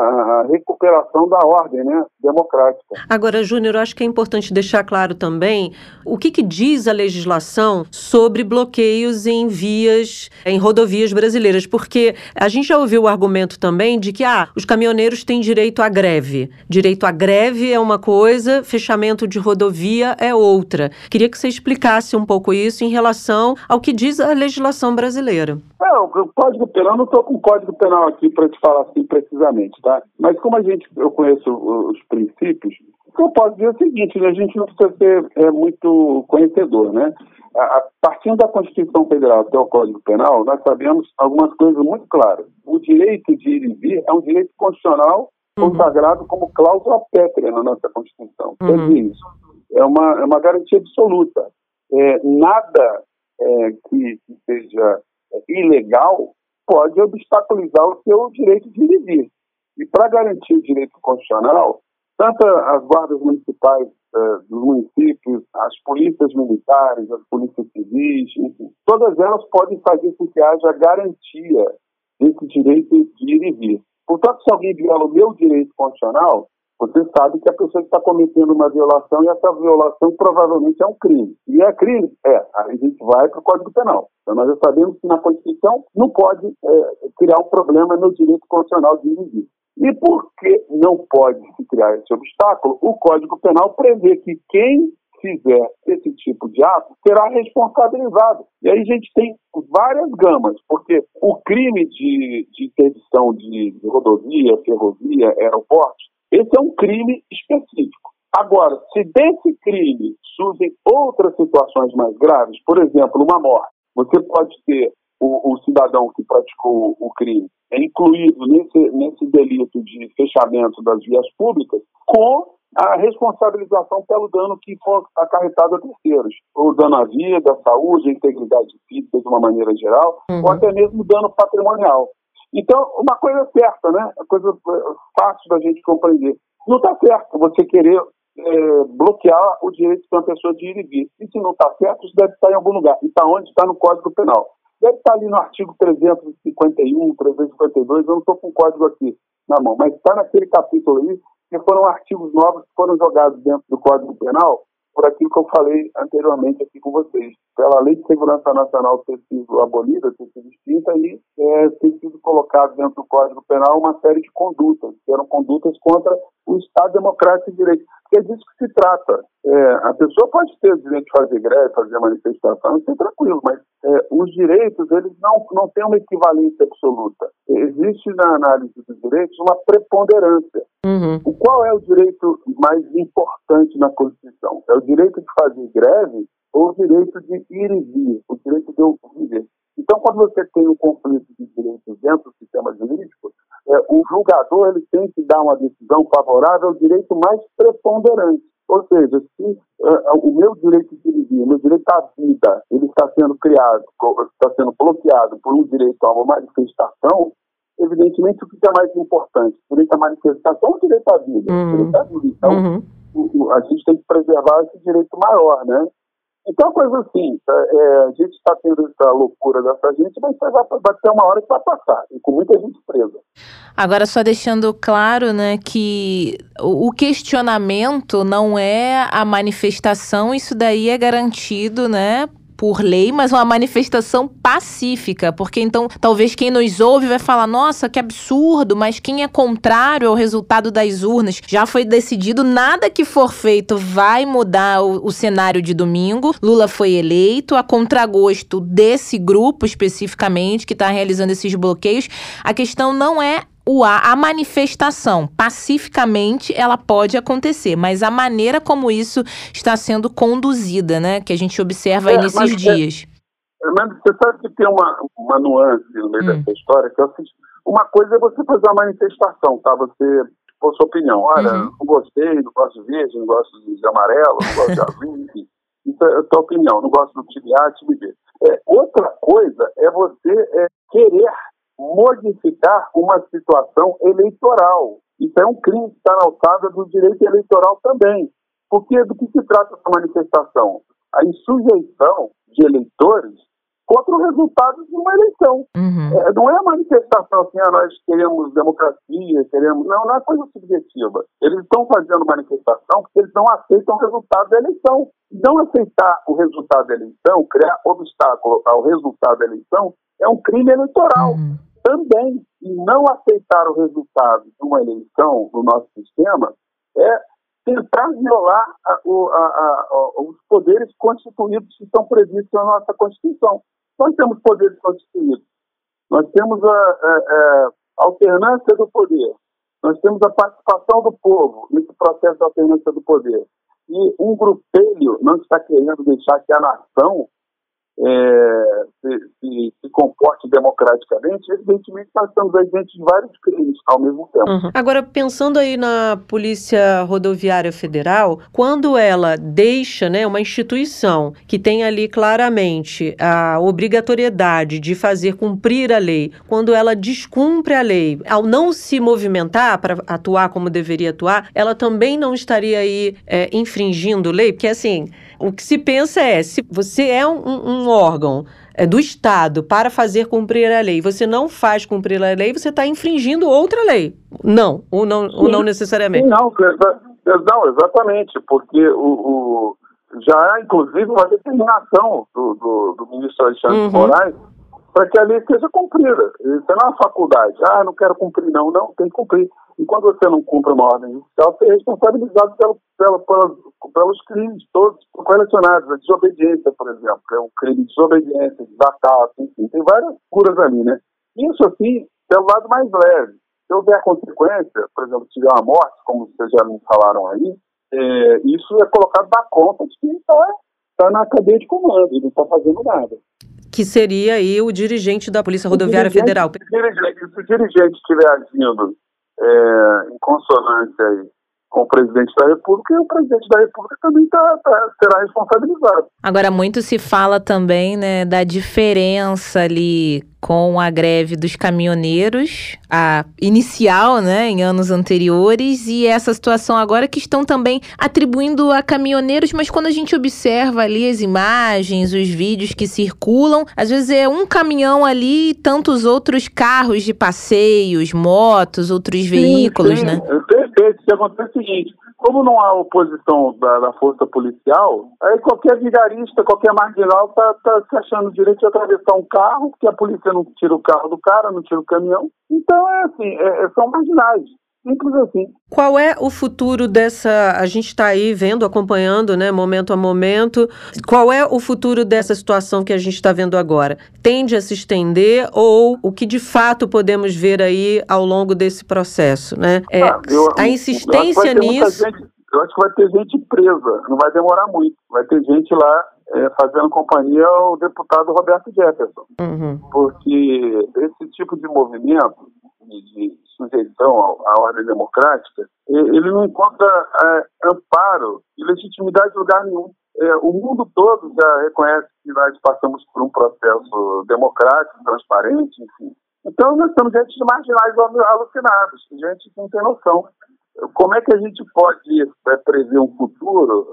a recuperação da ordem, né, democrática. Agora, Júnior, eu acho que é importante deixar claro também o que, que diz a legislação sobre bloqueios em vias, em rodovias brasileiras, porque a gente já ouviu o argumento também de que ah, os caminhoneiros têm direito à greve. Direito à greve é uma coisa, fechamento de rodovia é outra. Queria que você explicasse um pouco isso em relação ao que diz a legislação brasileira. É, o Código Penal, eu não estou com o Código Penal aqui para te falar assim precisamente. gente, tá? Mas como a gente, eu conheço os princípios, o que eu posso dizer é o seguinte, né? A gente não precisa ser é, muito conhecedor, né? A, a, partindo da Constituição Federal até o Código Penal, nós sabemos algumas coisas muito claras. O direito de ir e vir é um direito constitucional consagrado como cláusula pétrea na nossa Constituição. Quer Uhum. dizer, isso é uma, é uma garantia absoluta. É, nada é, que, que seja ilegal pode obstaculizar o seu direito de ir e vir. E para garantir o direito constitucional, tanto as guardas municipais eh, dos municípios, as polícias militares, as polícias civis, enfim, todas elas podem fazer com que haja garantia desse direito de ir e vir. Portanto, se alguém viola o meu direito constitucional, você sabe que a pessoa está cometendo uma violação e essa violação provavelmente é um crime. E é crime? É. Aí a gente vai para o Código Penal. Então nós já sabemos que na Constituição não pode é, criar um problema no direito constitucional de ir e vir. E porque não pode se criar esse obstáculo, o Código Penal prevê que quem fizer esse tipo de ato será responsabilizado. E aí a gente tem várias gamas, porque o crime de, de interdição de, de rodovia, ferrovia, aeroportos, esse é um crime específico. Agora, se desse crime surgem outras situações mais graves, por exemplo, uma morte, você pode ter o, o cidadão que praticou o crime é incluído nesse, nesse delito de fechamento das vias públicas com a responsabilização pelo dano que for acarretado a terceiros, o dano à vida, à saúde, à integridade física de uma maneira geral, uhum. ou até mesmo dano patrimonial. Então, uma coisa certa, né? Uma coisa fácil da gente compreender. Não está certo você querer é, bloquear o direito de uma pessoa de ir e vir. E se não está certo, isso deve estar em algum lugar. E está onde? Está no Código Penal. Deve estar ali no artigo trezentos e cinquenta e um, trezentos e cinquenta e dois, eu não estou com o código aqui na mão, mas está naquele capítulo aí, que foram artigos novos que foram jogados dentro do Código Penal, por aquilo que eu falei anteriormente aqui com vocês. Pela Lei de Segurança Nacional ter sido abolida, ter sido extinta e é, ter sido colocado dentro do Código Penal uma série de condutas, que eram condutas contra o Estado Democrático de Direito. Porque é disso que se trata. É, a pessoa pode ter o direito de fazer greve, fazer manifestação, isso é tranquilo, mas é, os direitos, eles não, não têm uma equivalência absoluta. Existe na análise dos direitos uma preponderância. Uhum. O qual é o direito mais importante na Constituição? É o direito de fazer greve ou o direito de ir e vir, o direito de eu viver? Então, quando você tem um conflito de direitos dentro do sistema jurídico, é, o julgador ele tem que dar uma decisão favorável ao direito mais preponderante. Ou seja, se uh, o meu direito de viver, o meu direito à vida, ele está sendo criado, está sendo bloqueado por um direito a uma manifestação, evidentemente o que é mais importante? O direito à manifestação ou o direito à vida? Uhum. O direito à vida. Então, uhum. o, o, a gente tem que preservar esse direito maior, né? Então, coisa assim, é, a gente está tendo essa loucura dessa gente, mas vai, vai ter uma hora que vai passar, e com muita gente presa. Agora, só deixando claro, né, que o questionamento não é a manifestação, isso daí é garantido, né, por lei, mas uma manifestação pacífica, porque então talvez quem nos ouve vai falar, nossa, que absurdo, mas quem é contrário ao resultado das urnas já foi decidido, nada que for feito vai mudar o, o cenário de domingo. Lula foi eleito, a contragosto desse grupo especificamente que está realizando esses bloqueios. A questão não é O, a, a manifestação, pacificamente, ela pode acontecer, mas a maneira como isso está sendo conduzida, né, que a gente observa aí é, nesses mas, dias. É, mas você sabe que tem uma, uma nuance no meio hum. dessa história, que é o seguinte, uma coisa é você fazer uma manifestação, tá? Você, por sua opinião, olha, uhum. não gostei, não gosto de verde, não gosto de amarelo, não gosto de azul, enfim. Isso é a tua opinião, não gosto do time A, time B. É, outra coisa é você é, querer modificar uma situação eleitoral. Isso é um crime que está na alçada do direito eleitoral também. Porque do que se trata essa manifestação? A insujeição de eleitores contra o resultado de uma eleição. Uhum. É, não é a manifestação assim, ah, nós queremos democracia, queremos... Não, não é coisa subjetiva. Eles estão fazendo manifestação porque eles não aceitam o resultado da eleição. Não aceitar o resultado da eleição, criar obstáculo ao resultado da eleição, é um crime eleitoral. Uhum. Também, e não aceitar o resultado de uma eleição no nosso sistema é tentar violar a, a, a, a, os poderes constituídos que estão previstos na nossa Constituição. Nós temos poderes constituídos. Nós temos a, a, a alternância do poder. nós temos a participação do povo nesse processo de alternância do poder. E um grupelho não está querendo deixar que a nação É, se, se, se comporte democraticamente, evidentemente nós estamos aí diante de vários crimes ao mesmo tempo. Uhum. Agora, pensando aí na Polícia Rodoviária Federal, quando ela deixa, né, uma instituição que tem ali claramente a obrigatoriedade de fazer cumprir a lei, quando ela descumpre a lei, ao não se movimentar para atuar como deveria atuar, ela também não estaria aí é, infringindo lei? Porque assim, o que se pensa é, se você é um, um órgão é, do Estado para fazer cumprir a lei, você não faz cumprir a lei, você está infringindo outra lei. Não, ou não, ou não necessariamente. Não, não, exatamente, porque o, o, já há, inclusive, uma determinação do, do, do ministro Alexandre de uhum. Moraes para que a lei seja cumprida. Isso não é uma faculdade. Ah, não quero cumprir, não. Não, tem que cumprir. E quando você não cumpre uma ordem judicial, você é responsabilizado pelo, pelo, pelos, pelos crimes todos relacionados. A desobediência, por exemplo, que é um crime de desobediência, desacato, enfim. Tem várias curas ali, né? Isso, assim, é o lado mais leve. Se houver consequência, por exemplo, se tiver uma morte, como vocês já me falaram aí, é, isso é colocado na conta de quem está tá na cadeia de comando e não está fazendo nada. Que seria aí o dirigente da Polícia Rodoviária Federal. Se o dirigente, se o dirigente estiver agindo é, em consonância aí com o presidente da República, e o presidente da República também tá, tá, será responsabilizado. Agora, muito se fala também, né, da diferença ali com a greve dos caminhoneiros, a inicial, né, em anos anteriores, e essa situação agora que estão também atribuindo a caminhoneiros, mas quando a gente observa ali as imagens, os vídeos que circulam, às vezes é um caminhão ali e tantos outros carros de passeios, motos, outros veículos, sim, sim, né? Perfeito. O que acontece é o seguinte, como não há oposição da, da força policial, aí qualquer vigarista, qualquer marginal está tá se achando o direito de atravessar um carro, porque a polícia não tira o carro do cara, não tira o caminhão. Então, é assim, é, são marginais. Simples assim. Qual é o futuro dessa... A gente está aí vendo, acompanhando, né, momento a momento. Qual é o futuro dessa situação que a gente está vendo agora? Tende a se estender ou o que de fato podemos ver aí ao longo desse processo, né? É, ah, eu, a insistência eu nisso... Gente, eu acho que vai ter gente presa. Não vai demorar muito. Vai ter gente lá é, fazendo companhia ao deputado Roberto Jefferson. Uhum. Porque esse tipo de movimento de sujeição à ordem democrática, ele não encontra é, amparo e legitimidade em lugar nenhum. É, o mundo todo já reconhece que nós passamos por um processo democrático, transparente, enfim. Então, nós estamos diante de marginais alucinados, gente que não tem noção. Como é que a gente pode é, prever um futuro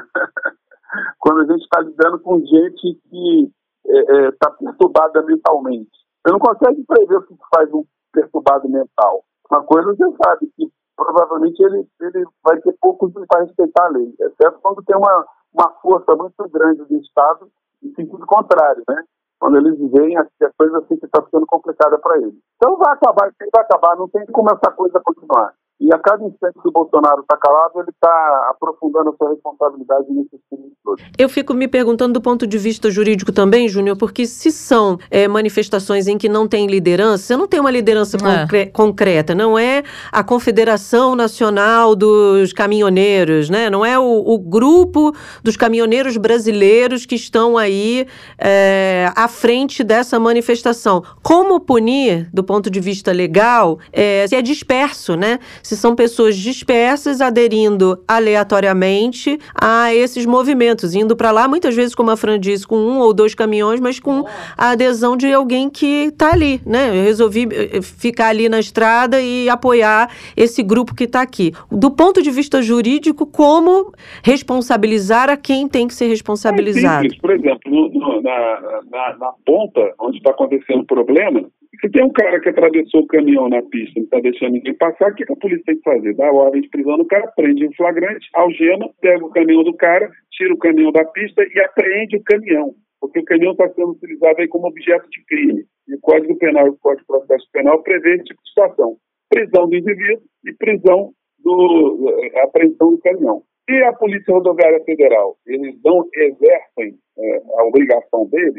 quando a gente está lidando com gente que está é, é, perturbada mentalmente? Você não consegue prever o que faz um perturbado mental. Uma coisa você sabe, que provavelmente ele, ele vai ter poucos para respeitar a lei, exceto quando tem uma, uma força muito grande do Estado em sentido contrário, né? Quando eles veem que a coisa assim que está ficando complicada para eles. Então vai acabar, vai acabar, não tem como essa coisa continuar. E a cada instante que o Bolsonaro está calado, ele está aprofundando a sua responsabilidade nesses crimes todos. Eu fico me perguntando do ponto de vista jurídico também, Júnior, porque se são é, manifestações em que não tem liderança, você não tem uma liderança concre- é. concreta, não é a Confederação Nacional dos Caminhoneiros, né? Não é o, o grupo dos caminhoneiros brasileiros que estão aí é, à frente dessa manifestação. Como punir, do ponto de vista legal, é, se é disperso, né? Se são pessoas dispersas aderindo aleatoriamente a esses movimentos, indo para lá, muitas vezes, como a Fran disse, com um ou dois caminhões, mas com a adesão de alguém que está ali, né? Eu resolvi ficar ali na estrada e apoiar esse grupo que está aqui. Do ponto de vista jurídico, como responsabilizar a quem tem que ser responsabilizado? É simples. Por exemplo, no, no, na, na, na ponta onde está acontecendo o problema, se tem um cara que atravessou o caminhão na pista e não está deixando ninguém passar, o que a polícia tem que fazer? Dá ordem de prisão no cara, prende em flagrante, algema, pega o caminhão do cara, tira o caminhão da pista e apreende o caminhão, porque o caminhão está sendo utilizado aí como objeto de crime. E o Código Penal e o Código de Processo Penal prevê esse tipo de situação. Prisão do indivíduo e prisão do apreensão do caminhão. E a Polícia Rodoviária Federal, eles não exercem é, a obrigação deles,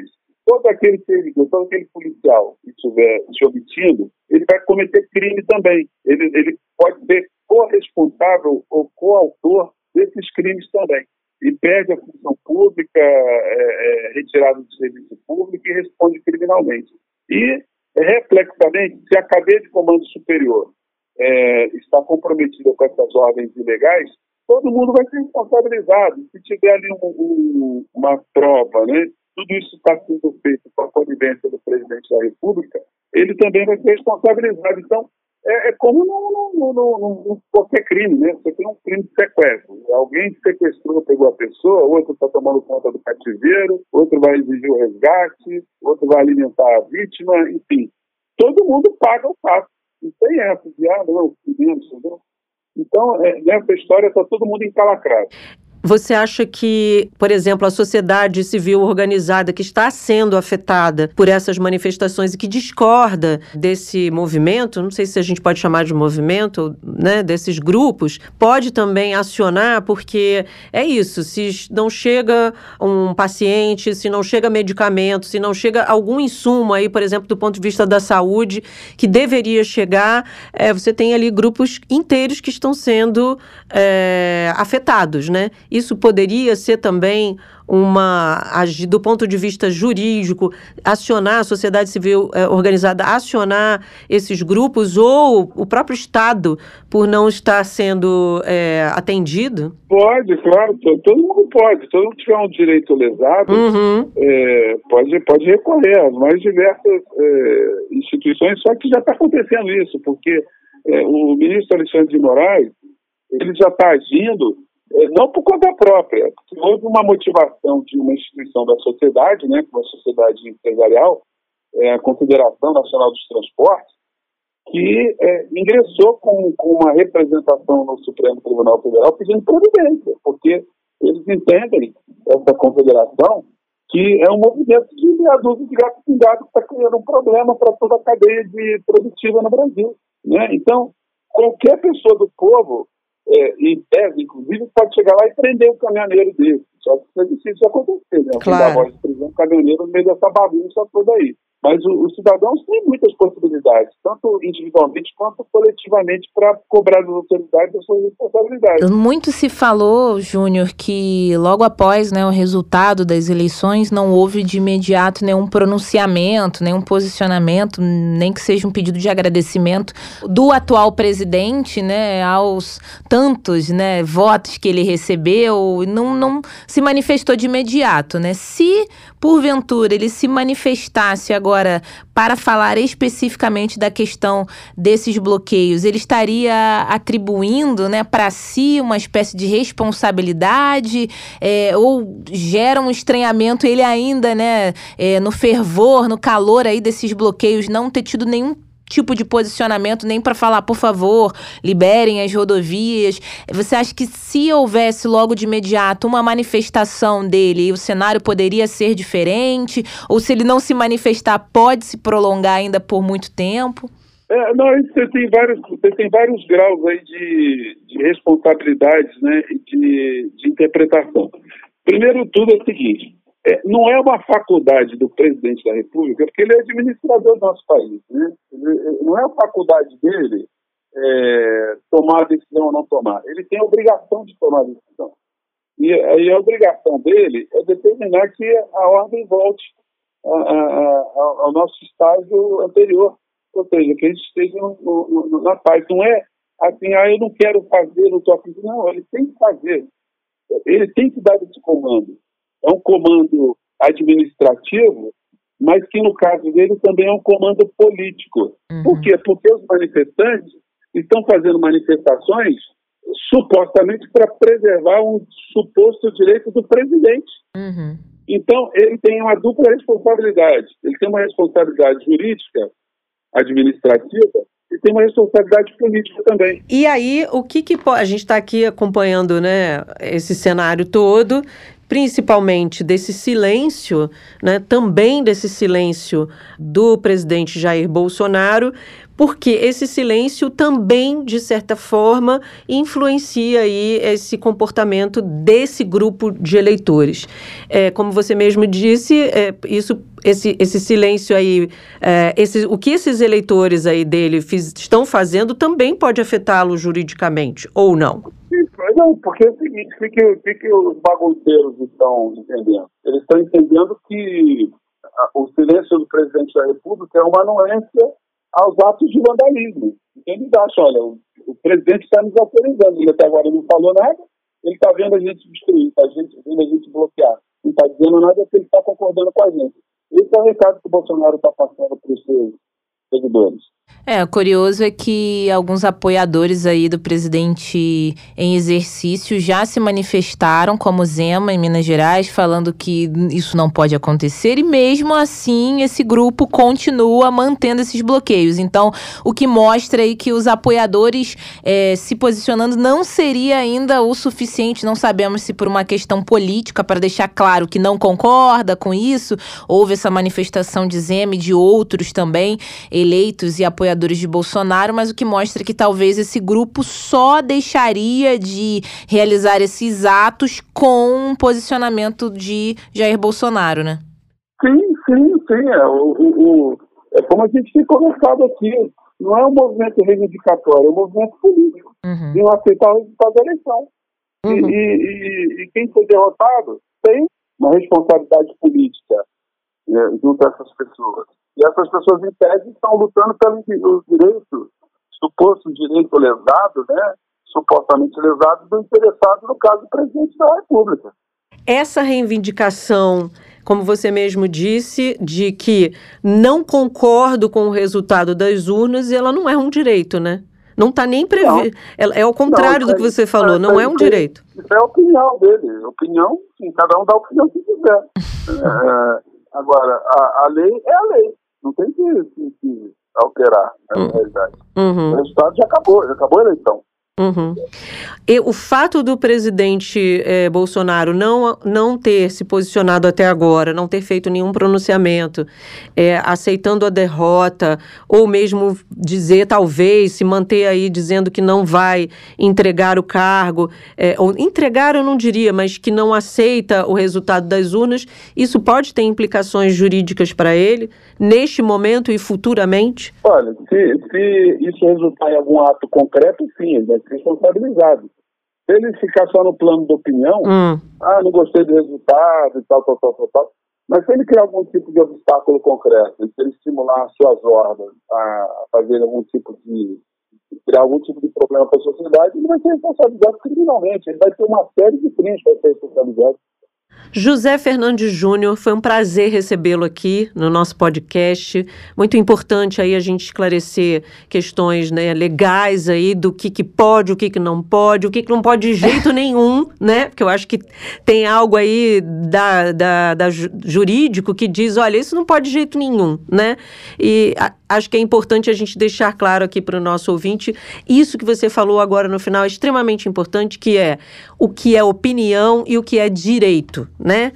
todo aquele servidor, todo aquele policial que estiver se omitindo, ele vai cometer crime também. Ele, ele pode ser corresponsável ou coautor desses crimes também. E perde a função pública, é, é, retirado do serviço público e responde criminalmente. E, reflexamente, se a cadeia de comando superior é, está comprometida com essas ordens ilegais, todo mundo vai ser responsabilizado. Se tiver ali um, um, uma prova, né, tudo isso está sendo feito com a conivência do presidente da República, ele também vai ser responsabilizado. Então, é, é como no, no, no, no, no qualquer crime, né? Você tem um crime de sequestro. Alguém sequestrou, pegou a pessoa, outro está tomando conta do cativeiro, outro vai exigir o resgate, outro vai alimentar a vítima, enfim. Todo mundo paga o fato. Não tem essa de, ah, não, entendeu? Então, é, nessa história está todo mundo encalacrado. Você acha que, por exemplo, a sociedade civil organizada que está sendo afetada por essas manifestações e que discorda desse movimento, não sei se a gente pode chamar de movimento, né, desses grupos, pode também acionar, porque é isso, se não chega um paciente, se não chega medicamento, se não chega algum insumo aí, por exemplo, do ponto de vista da saúde, que deveria chegar, é, você tem ali grupos inteiros que estão sendo é, afetados, né? Isso poderia ser também uma, do ponto de vista jurídico, acionar a sociedade civil eh, organizada, acionar esses grupos ou o próprio Estado por não estar sendo eh, atendido? Pode, claro, todo, todo mundo pode. Todo mundo que tiver um direito lesado, uhum. eh, pode, pode recorrer às mais diversas eh, instituições, só que já está acontecendo isso, porque eh, o ministro Alexandre de Moraes, ele já está agindo não por conta própria, porque houve uma motivação de uma instituição da sociedade, né, uma sociedade empresarial, é, a Confederação Nacional dos Transportes, que é, ingressou com, com uma representação no Supremo Tribunal Federal pedindo providência, porque eles entendem, essa confederação, que é um movimento de meia-dúzia de gato pingado que está criando um problema para toda a cadeia de produtiva no Brasil, né? Então, qualquer pessoa do povo, É, em tese, inclusive, pode chegar lá e prender o caminhoneiro dele. Só que isso é difícil acontecer, né? Claro. Dar voz de prisão, caminhoneiro no meio dessa bagunça toda aí. Mas o, os cidadãos têm muitas possibilidades, tanto individualmente quanto coletivamente, para cobrar das autoridades as suas responsabilidades. Muito se falou, Júnior, que logo após, né, o resultado das eleições não houve de imediato nenhum pronunciamento, nenhum posicionamento, nem que seja um pedido de agradecimento do atual presidente, né, aos tantos, né, votos que ele recebeu, não, não se manifestou de imediato, né? Se, porventura, ele se manifestasse agora Agora, para falar especificamente da questão desses bloqueios, ele estaria atribuindo, né, para si uma espécie de responsabilidade, é, ou gera um estranhamento ele ainda, né, é, no fervor, no calor aí desses bloqueios, não ter tido nenhum tipo de posicionamento, nem para falar, por favor, liberem as rodovias. Você acha que se houvesse logo de imediato uma manifestação dele, o cenário poderia ser diferente? Ou se ele não se manifestar, pode se prolongar ainda por muito tempo? É, não, você tem vários, você tem vários graus aí de, de responsabilidades, né, e de, de interpretação. Primeiro tudo é o seguinte, É, não é uma faculdade do presidente da República, porque ele é administrador do nosso país, né? Ele, não é a faculdade dele é, tomar a decisão ou não tomar. Ele tem a obrigação de tomar a decisão. E, e a obrigação dele é determinar que a ordem volte a, a, a, ao nosso estágio anterior, ou seja, que a gente esteja no, no, na paz. Não é assim, ah, eu não quero fazer, não estou afim. Não, ele tem que fazer. Ele tem que dar esse comando. É um comando administrativo, mas que no caso dele também é um comando político. Uhum. Por quê? Porque os manifestantes estão fazendo manifestações supostamente para preservar um suposto direito do presidente. Uhum. Então, ele tem uma dupla responsabilidade. Ele tem uma responsabilidade jurídica, administrativa, e tem uma responsabilidade política também. E aí, o que que pode... A gente está aqui acompanhando, né, esse cenário todo, principalmente desse silêncio, né, também desse silêncio do presidente Jair Bolsonaro, porque esse silêncio também, de certa forma, influencia aí esse comportamento desse grupo de eleitores. É, como você mesmo disse, é, isso, esse, esse silêncio aí, é, esse, o que esses eleitores aí dele fiz, estão fazendo também pode afetá-lo juridicamente, ou não? Não, porque é o seguinte, o que, que, que os bagunceiros estão entendendo? Eles estão entendendo que a, o silêncio do presidente da República é uma anuência aos atos de vandalismo. Então eles acham, olha, o, o presidente está nos autorizando, ele até agora não falou nada, ele está vendo a gente destruir, está vendo a gente bloquear, não está dizendo nada porque ele está concordando com a gente. Esse é o recado que o Bolsonaro está passando para os seus seguidores. É, o curioso é que alguns apoiadores aí do presidente em exercício já se manifestaram, como Zema, em Minas Gerais, falando que isso não pode acontecer, e mesmo assim esse grupo continua mantendo esses bloqueios. Então, o que mostra aí que os apoiadores é, se posicionando não seria ainda o suficiente, não sabemos se por uma questão política, para deixar claro que não concorda com isso. Houve essa manifestação de Zema e de outros também, eleitos e apoiadores de Bolsonaro, mas o que mostra que talvez esse grupo só deixaria de realizar esses atos com um posicionamento de Jair Bolsonaro, né? Sim, sim, sim. É, o, o, o, é como a gente tem conversado aqui. Não é um movimento reivindicatório, é um movimento político. Uhum. De não aceitar o resultado da eleição. Uhum. E, e, e quem foi derrotado tem uma responsabilidade política, né, junto a essas pessoas. E essas pessoas, em tese, estão lutando pelos direitos, suposto direito lesado, né, supostamente lesado, do interessado, no caso do presidente da República. Essa reivindicação, como você mesmo disse, de que não concordo com o resultado das urnas, ela não é um direito, né? Não está nem previsto. É, é ao contrário não, do que você falou, é, não é um isso direito. Isso é a opinião dele. Opinião, sim, cada um dá a opinião que quiser. é, agora, a, a lei é a lei. Não tem que, que, que alterar, né, na realidade. Uhum. O resultado já acabou, já acabou a eleição. Uhum. E o fato do presidente eh, Bolsonaro não, não ter se posicionado até agora, não ter feito nenhum pronunciamento, eh, aceitando a derrota, ou mesmo dizer, talvez, se manter aí dizendo que não vai entregar o cargo, eh, ou entregar eu não diria, mas que não aceita o resultado das urnas, isso pode ter implicações jurídicas para ele, neste momento e futuramente? Olha, se, se isso resultar em algum ato concreto, sim, ele vai ser responsabilizado. Se ele ficar só no plano de opinião, hum. ah, não gostei do resultado e tal, tal, tal, tal, tal, mas se ele criar algum tipo de obstáculo concreto, se ele estimular as suas ordens a fazer algum tipo de, criar algum tipo de problema para a sociedade, ele vai ser responsabilizado criminalmente, ele vai ter uma série de crimes para ser responsabilizado. José Fernandes Júnior, foi um prazer recebê-lo aqui no nosso podcast. Muito importante aí a gente esclarecer questões, né, legais aí do que, que pode, o que, que não pode, o que, que não pode de jeito nenhum, né? Porque eu acho que tem algo aí da, da, da jurídico que diz, olha, isso não pode de jeito nenhum, né? E a, acho que é importante a gente deixar claro aqui para o nosso ouvinte, isso que você falou agora no final é extremamente importante, que é o que é opinião e o que é direito, né?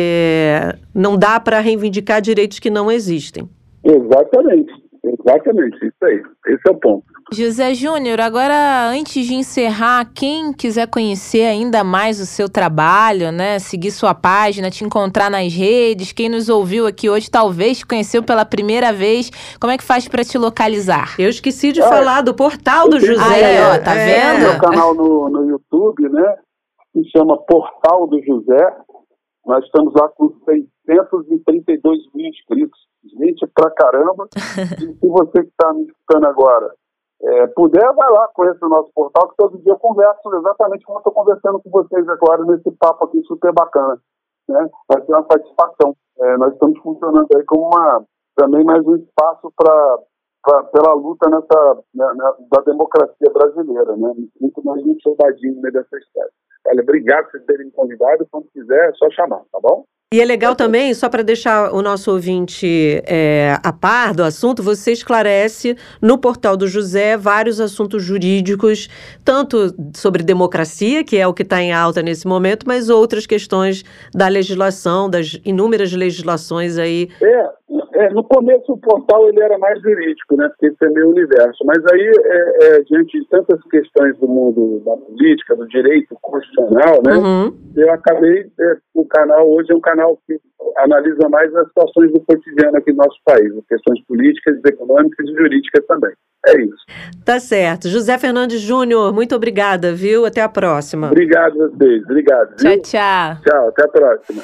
É, não dá para reivindicar direitos que não existem. Exatamente, exatamente, isso aí, esse é o ponto. José Júnior, agora antes de encerrar, quem quiser conhecer ainda mais o seu trabalho, né, seguir sua página, te encontrar nas redes, quem nos ouviu aqui hoje talvez te conheceu pela primeira vez, como é que faz para te localizar? Eu esqueci de ah, falar do portal do José. Ah, é, ó, tá é. vendo? Meu canal no, no YouTube, né, se chama Portal do José, nós estamos lá com seiscentos e trinta e dois mil inscritos, gente pra caramba, e se você que está me escutando agora, É, puder, vai lá, conheça o nosso portal, que todo dia eu converso exatamente como eu estou conversando com vocês agora nesse papo aqui super bacana, né? Vai ser uma satisfação. É, nós estamos funcionando aí como uma, também mais um espaço para pela luta nessa, né, da democracia brasileira, né? Muito mais um soldadinho no meio dessa história. Olha, obrigado por terem me convidado, quando quiser é só chamar, tá bom? E é legal também, só para deixar o nosso ouvinte é, a par do assunto, você esclarece no portal do José vários assuntos jurídicos, tanto sobre democracia, que é o que está em alta nesse momento, mas outras questões da legislação, das inúmeras legislações aí. É, é no começo o portal ele era mais jurídico, né, porque esse é meu universo, mas aí, é, é, diante de tantas questões do mundo da política, do direito constitucional, né, uhum. eu acabei, é, o canal hoje é um canal que analisa mais as situações do cotidiano aqui no nosso país, as questões políticas, econômicas e jurídicas também. É isso. Tá certo. José Fernandes Júnior, muito obrigada, viu? Até a próxima. Obrigado a vocês. Obrigado. Tchau, viu? tchau. Tchau, até a próxima.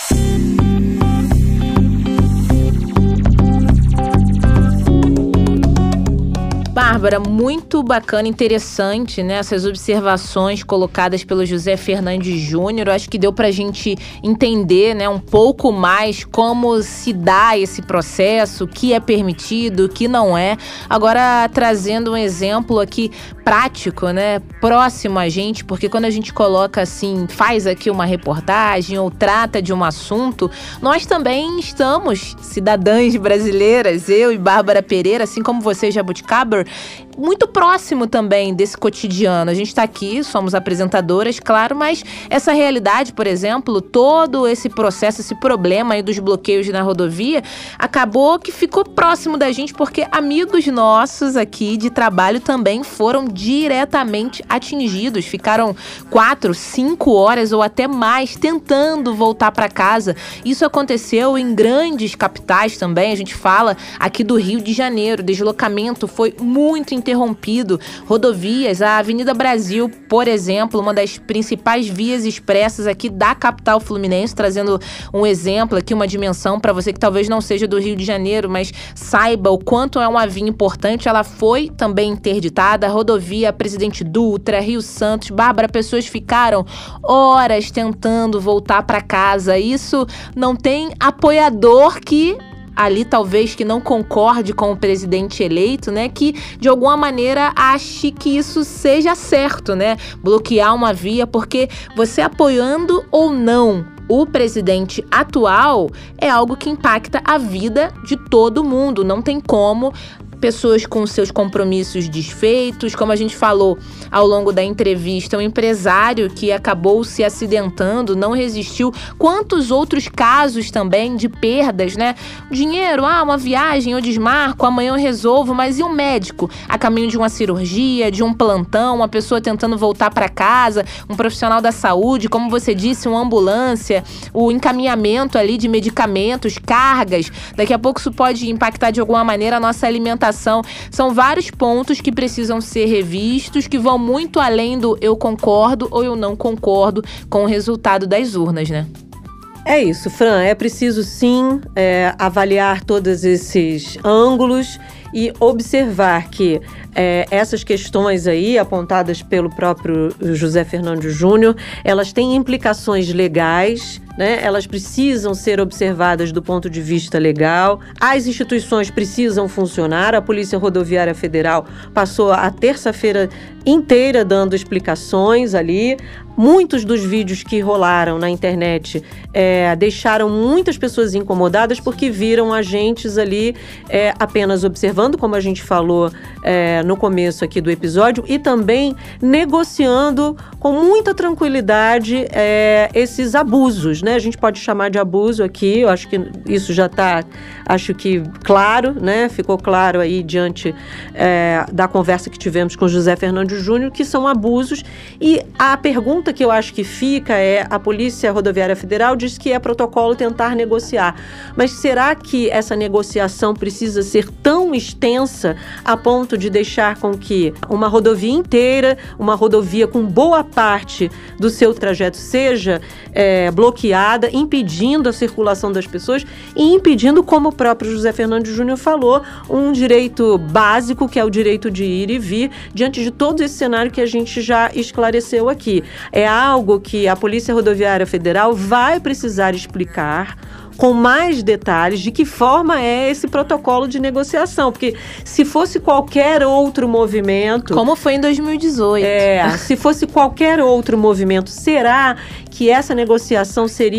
Bárbara, muito bacana, interessante, né? Essas observações colocadas pelo José Fernandes Júnior. Eu acho que deu pra gente entender, né, um pouco mais como se dá esse processo, o que é permitido, o que não é. Agora, trazendo um exemplo aqui prático, né, próximo a gente, porque quando a gente coloca assim, faz aqui uma reportagem ou trata de um assunto, nós também estamos, cidadãs brasileiras, eu e Bárbara Pereira, assim como você, Jabuticaba, muito próximo também desse cotidiano. A gente está aqui, somos apresentadoras, claro, mas essa realidade, por exemplo, todo esse processo, esse problema aí dos bloqueios na rodovia, acabou que ficou próximo da gente, porque amigos nossos aqui de trabalho também foram diretamente atingidos. Ficaram quatro, cinco horas ou até mais tentando voltar para casa. Isso aconteceu em grandes capitais também. A gente fala aqui do Rio de Janeiro. O deslocamento foi muito interrompido. Rodovias, a Avenida Brasil, por exemplo, uma das principais vias expressas aqui da capital fluminense, trazendo um exemplo aqui, uma dimensão para você que talvez não seja do Rio de Janeiro, mas saiba o quanto é uma via importante. Ela foi também interditada. A rodovia Presidente Dutra, Rio Santos, Bárbara, pessoas ficaram horas tentando voltar para casa. Isso não tem apoiador que ali talvez que não concorde com o presidente eleito, né, que de alguma maneira ache que isso seja certo, né, bloquear uma via, porque você apoiando ou não o presidente atual é algo que impacta a vida de todo mundo, não tem como pessoas com seus compromissos desfeitos, como a gente falou ao longo da entrevista, um empresário que acabou se acidentando, não resistiu. Quantos outros casos também de perdas, né? Dinheiro, ah, uma viagem, eu desmarco, amanhã eu resolvo, mas e o médico? A caminho de uma cirurgia, de um plantão, uma pessoa tentando voltar para casa, um profissional da saúde, como você disse, uma ambulância, o encaminhamento ali de medicamentos, cargas. Daqui a pouco isso pode impactar de alguma maneira a nossa alimentação. São vários pontos que precisam ser revistos, que vão muito além do eu concordo ou eu não concordo com o resultado das urnas, né? É isso, Fran. É preciso, sim, é, avaliar todos esses ângulos e observar que é, essas questões aí, apontadas pelo próprio José Fernandes Júnior, elas têm implicações legais, né? Elas precisam ser observadas do ponto de vista legal. As instituições precisam funcionar. A Polícia Rodoviária Federal passou a terça-feira inteira dando explicações ali. Muitos dos vídeos que rolaram na internet é, deixaram muitas pessoas incomodadas porque viram agentes ali é, apenas observando, como a gente falou é, no começo aqui do episódio, e também negociando com muita tranquilidade é, esses abusos, né? A gente pode chamar de abuso aqui, eu acho que isso já está, acho que claro, né? Ficou claro aí diante é, da conversa que tivemos com José Fernandes Júnior, que são abusos. E a pergunta que eu acho que fica é, a Polícia Rodoviária Federal diz que é protocolo tentar negociar, mas será que essa negociação precisa ser tão extensa a ponto de deixar com que uma rodovia inteira, uma rodovia com boa parte do seu trajeto seja é, bloqueada, impedindo a circulação das pessoas e impedindo, como o próprio José Fernandes Júnior falou, um direito básico, que é o direito de ir e vir, diante de todo esse cenário que a gente já esclareceu aqui. É algo que a Polícia Rodoviária Federal vai precisar explicar com mais detalhes de que forma é esse protocolo de negociação, porque se fosse qualquer outro movimento... Como foi em dois mil e dezoito. É, se fosse qualquer outro movimento, será que essa negociação seria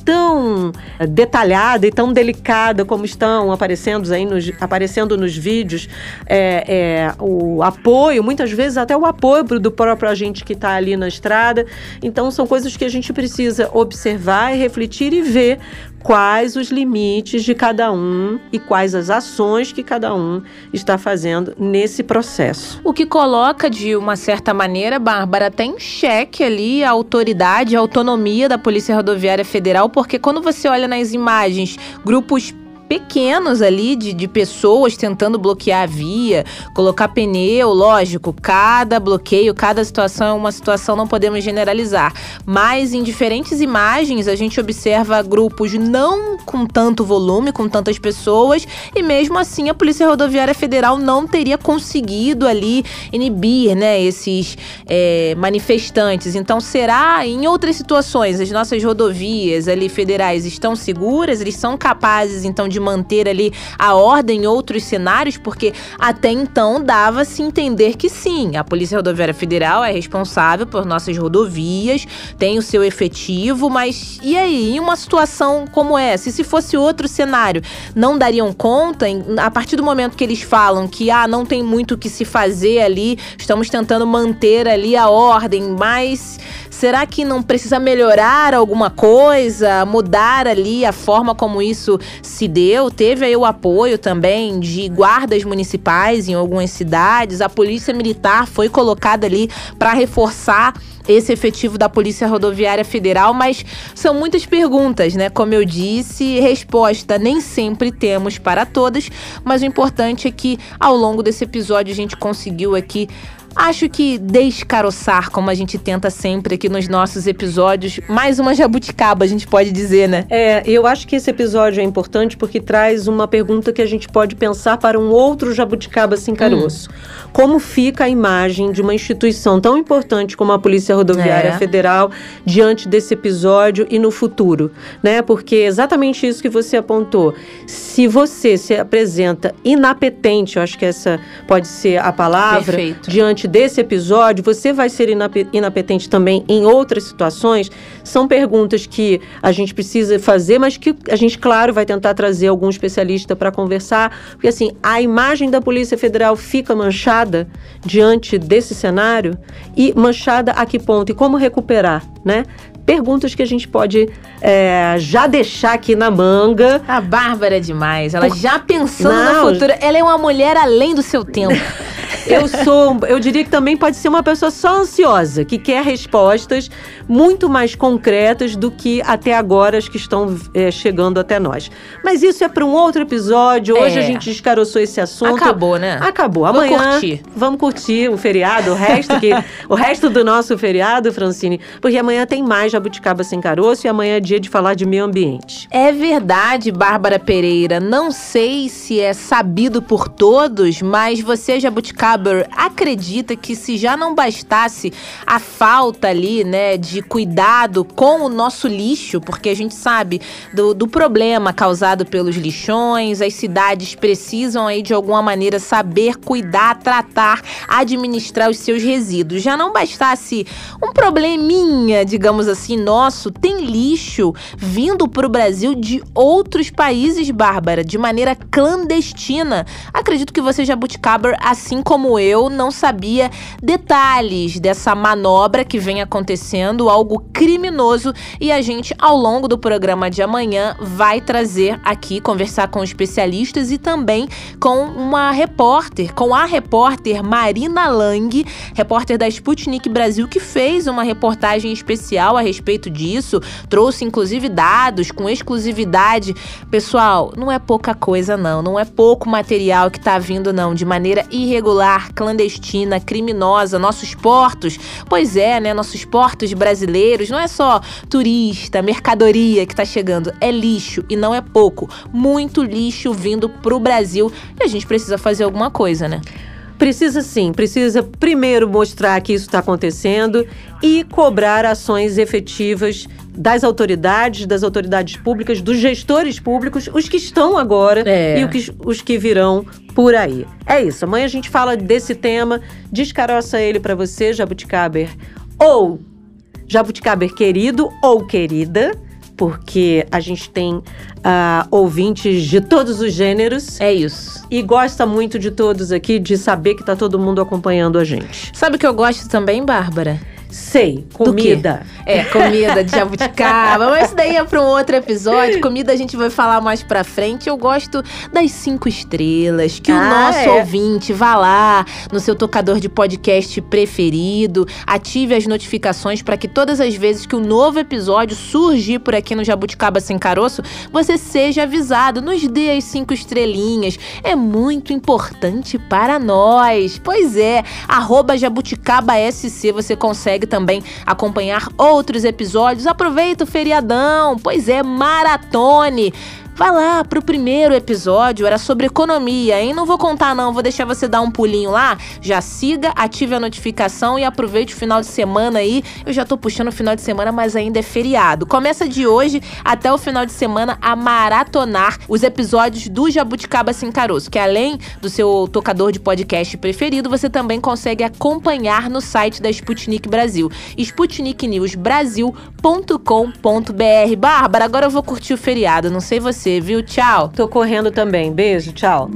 tão detalhada e tão delicada como estão aparecendo aí nos, aparecendo nos vídeos, é, é, o apoio, muitas vezes até o apoio do próprio agente que está ali na estrada. Então, são coisas que a gente precisa observar e refletir e ver quais os limites de cada um e quais as ações que cada um está fazendo nesse processo. O que coloca, de uma certa maneira, Bárbara, até em xeque ali a autoridade, a autonomia da Polícia Rodoviária Federal, porque quando você olha nas imagens, grupos pequenos ali de, de pessoas tentando bloquear a via, colocar pneu, lógico, cada bloqueio, cada situação é uma situação, não podemos generalizar, mas em diferentes imagens a gente observa grupos não com tanto volume, com tantas pessoas, e mesmo assim a Polícia Rodoviária Federal não teria conseguido ali inibir, né, esses é, manifestantes. Então, será, em outras situações, as nossas rodovias ali federais estão seguras? Eles são capazes, então, de de manter ali a ordem em outros cenários? Porque até então dava-se entender que sim, a Polícia Rodoviária Federal é responsável por nossas rodovias, tem o seu efetivo, mas e aí, em uma situação como essa? E se fosse outro cenário, não dariam conta? A partir do momento que eles falam que ah, não tem muito o que se fazer ali, estamos tentando manter ali a ordem, mas será que não precisa melhorar alguma coisa, mudar ali a forma como isso se deu? Teve aí o apoio também de guardas municipais em algumas cidades, a Polícia Militar foi colocada ali para reforçar esse efetivo da Polícia Rodoviária Federal, mas são muitas perguntas, né? Como eu disse, resposta nem sempre temos para todas, mas o importante é que ao longo desse episódio a gente conseguiu aqui, acho que descaroçar, como a gente tenta sempre aqui nos nossos episódios, mais uma jabuticaba, a gente pode dizer, né? É, eu acho que esse episódio é importante porque traz uma pergunta que a gente pode pensar para um outro jabuticaba sem caroço. Hum. Como fica a imagem de uma instituição tão importante como a Polícia Rodoviária é. Federal diante desse episódio e no futuro, né? Porque é exatamente isso que você apontou. Se você se apresenta inapetente, eu acho que essa pode ser a palavra, Perfeito. diante desse episódio, você vai ser inap- inapetente também em outras situações? São perguntas que a gente precisa fazer, mas que a gente, claro, vai tentar trazer algum especialista para conversar, porque assim, a imagem da Polícia Federal fica manchada diante desse cenário, e manchada a que ponto e como recuperar, né? Perguntas que a gente pode é, já deixar aqui na manga. A Bárbara é demais, ela Por... já pensando Não, no futuro, ela é uma mulher além do seu tempo. Eu sou, eu diria que também pode ser uma pessoa só ansiosa, que quer respostas muito mais concretas do que até agora as que estão é, chegando até nós. Mas isso é para um outro episódio. Hoje é. a gente descaroçou esse assunto. Acabou, né? Acabou. Vou Amanhã curtir. vamos curtir o feriado, o resto, que, o resto do nosso feriado, Francine, porque amanhã tem mais Jabuticaba Sem Caroço e amanhã é dia de falar de meio ambiente. É verdade, Bárbara Pereira. Não sei se é sabido por todos, mas você, Jabuticaba, acredita que se já não bastasse a falta ali, né, de cuidado com o nosso lixo, porque a gente sabe do, do problema causado pelos lixões, as cidades precisam aí de alguma maneira saber cuidar, tratar, administrar os seus resíduos. Já não bastasse um probleminha, digamos assim, nosso, tem lixo vindo para o Brasil de outros países, Bárbara, de maneira clandestina. Acredito que você, Jabuticaba, assim como eu, não sabia detalhes dessa manobra que vem acontecendo, algo criminoso, e a gente, ao longo do programa de amanhã, vai trazer aqui, conversar com especialistas e também com uma repórter, com a repórter Marina Lang, repórter da Sputnik Brasil, que fez uma reportagem especial a respeito disso, trouxe inclusive dados com exclusividade. Pessoal, não é pouca coisa não, não é pouco material que tá vindo não, de maneira irregular, clandestina, criminosa, nossos portos, pois é, né, nossos portos brasileiros, não é só turista, mercadoria que tá chegando, é lixo, e não é pouco, muito lixo vindo pro Brasil, e a gente precisa fazer alguma coisa, né? Precisa sim, precisa primeiro mostrar que isso está acontecendo e cobrar ações efetivas das autoridades, das autoridades públicas, dos gestores públicos, os que estão agora é. e os que, os que virão por aí. É isso, amanhã a gente fala desse tema, descaroça ele para você, Jabuticaber, ou Jabuticaber querido ou querida, porque a gente tem uh, ouvintes de todos os gêneros. É isso. E gosta muito de todos aqui, de saber que tá todo mundo acompanhando a gente. Sabe o que eu gosto também, Bárbara? Sei, comida. É, comida de jabuticaba. Mas isso daí é para um outro episódio. Comida a gente vai falar mais pra frente. Eu gosto das cinco estrelas. Que ah, o nosso é. ouvinte vá lá no seu tocador de podcast preferido. Ative as notificações para que todas as vezes que um novo episódio surgir por aqui no Jabuticaba Sem Caroço, você seja avisado. Nos dê as cinco estrelinhas. É muito importante para nós. Pois é, arroba jabuticabasc você consegue também acompanhar outros episódios. Aproveita o feriadão, pois é, maratone. Vai lá pro primeiro episódio, era sobre economia, hein? Não vou contar não, vou deixar você dar um pulinho lá. Já siga, ative a notificação e aproveite o final de semana aí. Eu já tô puxando o final de semana, mas ainda é feriado. Começa de hoje até o final de semana a maratonar os episódios do Jabuticaba Sem Caroço, que além do seu tocador de podcast preferido, você também consegue acompanhar no site da Sputnik Brasil, sputnik news brasil ponto com ponto b r. Bárbara, agora eu vou curtir o feriado, não sei você. Viu? Tchau. Tô correndo também. Beijo, tchau.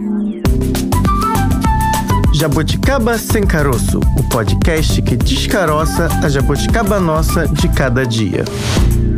Jabuticaba Sem Caroço, o podcast que descaroça a jabuticaba nossa de cada dia.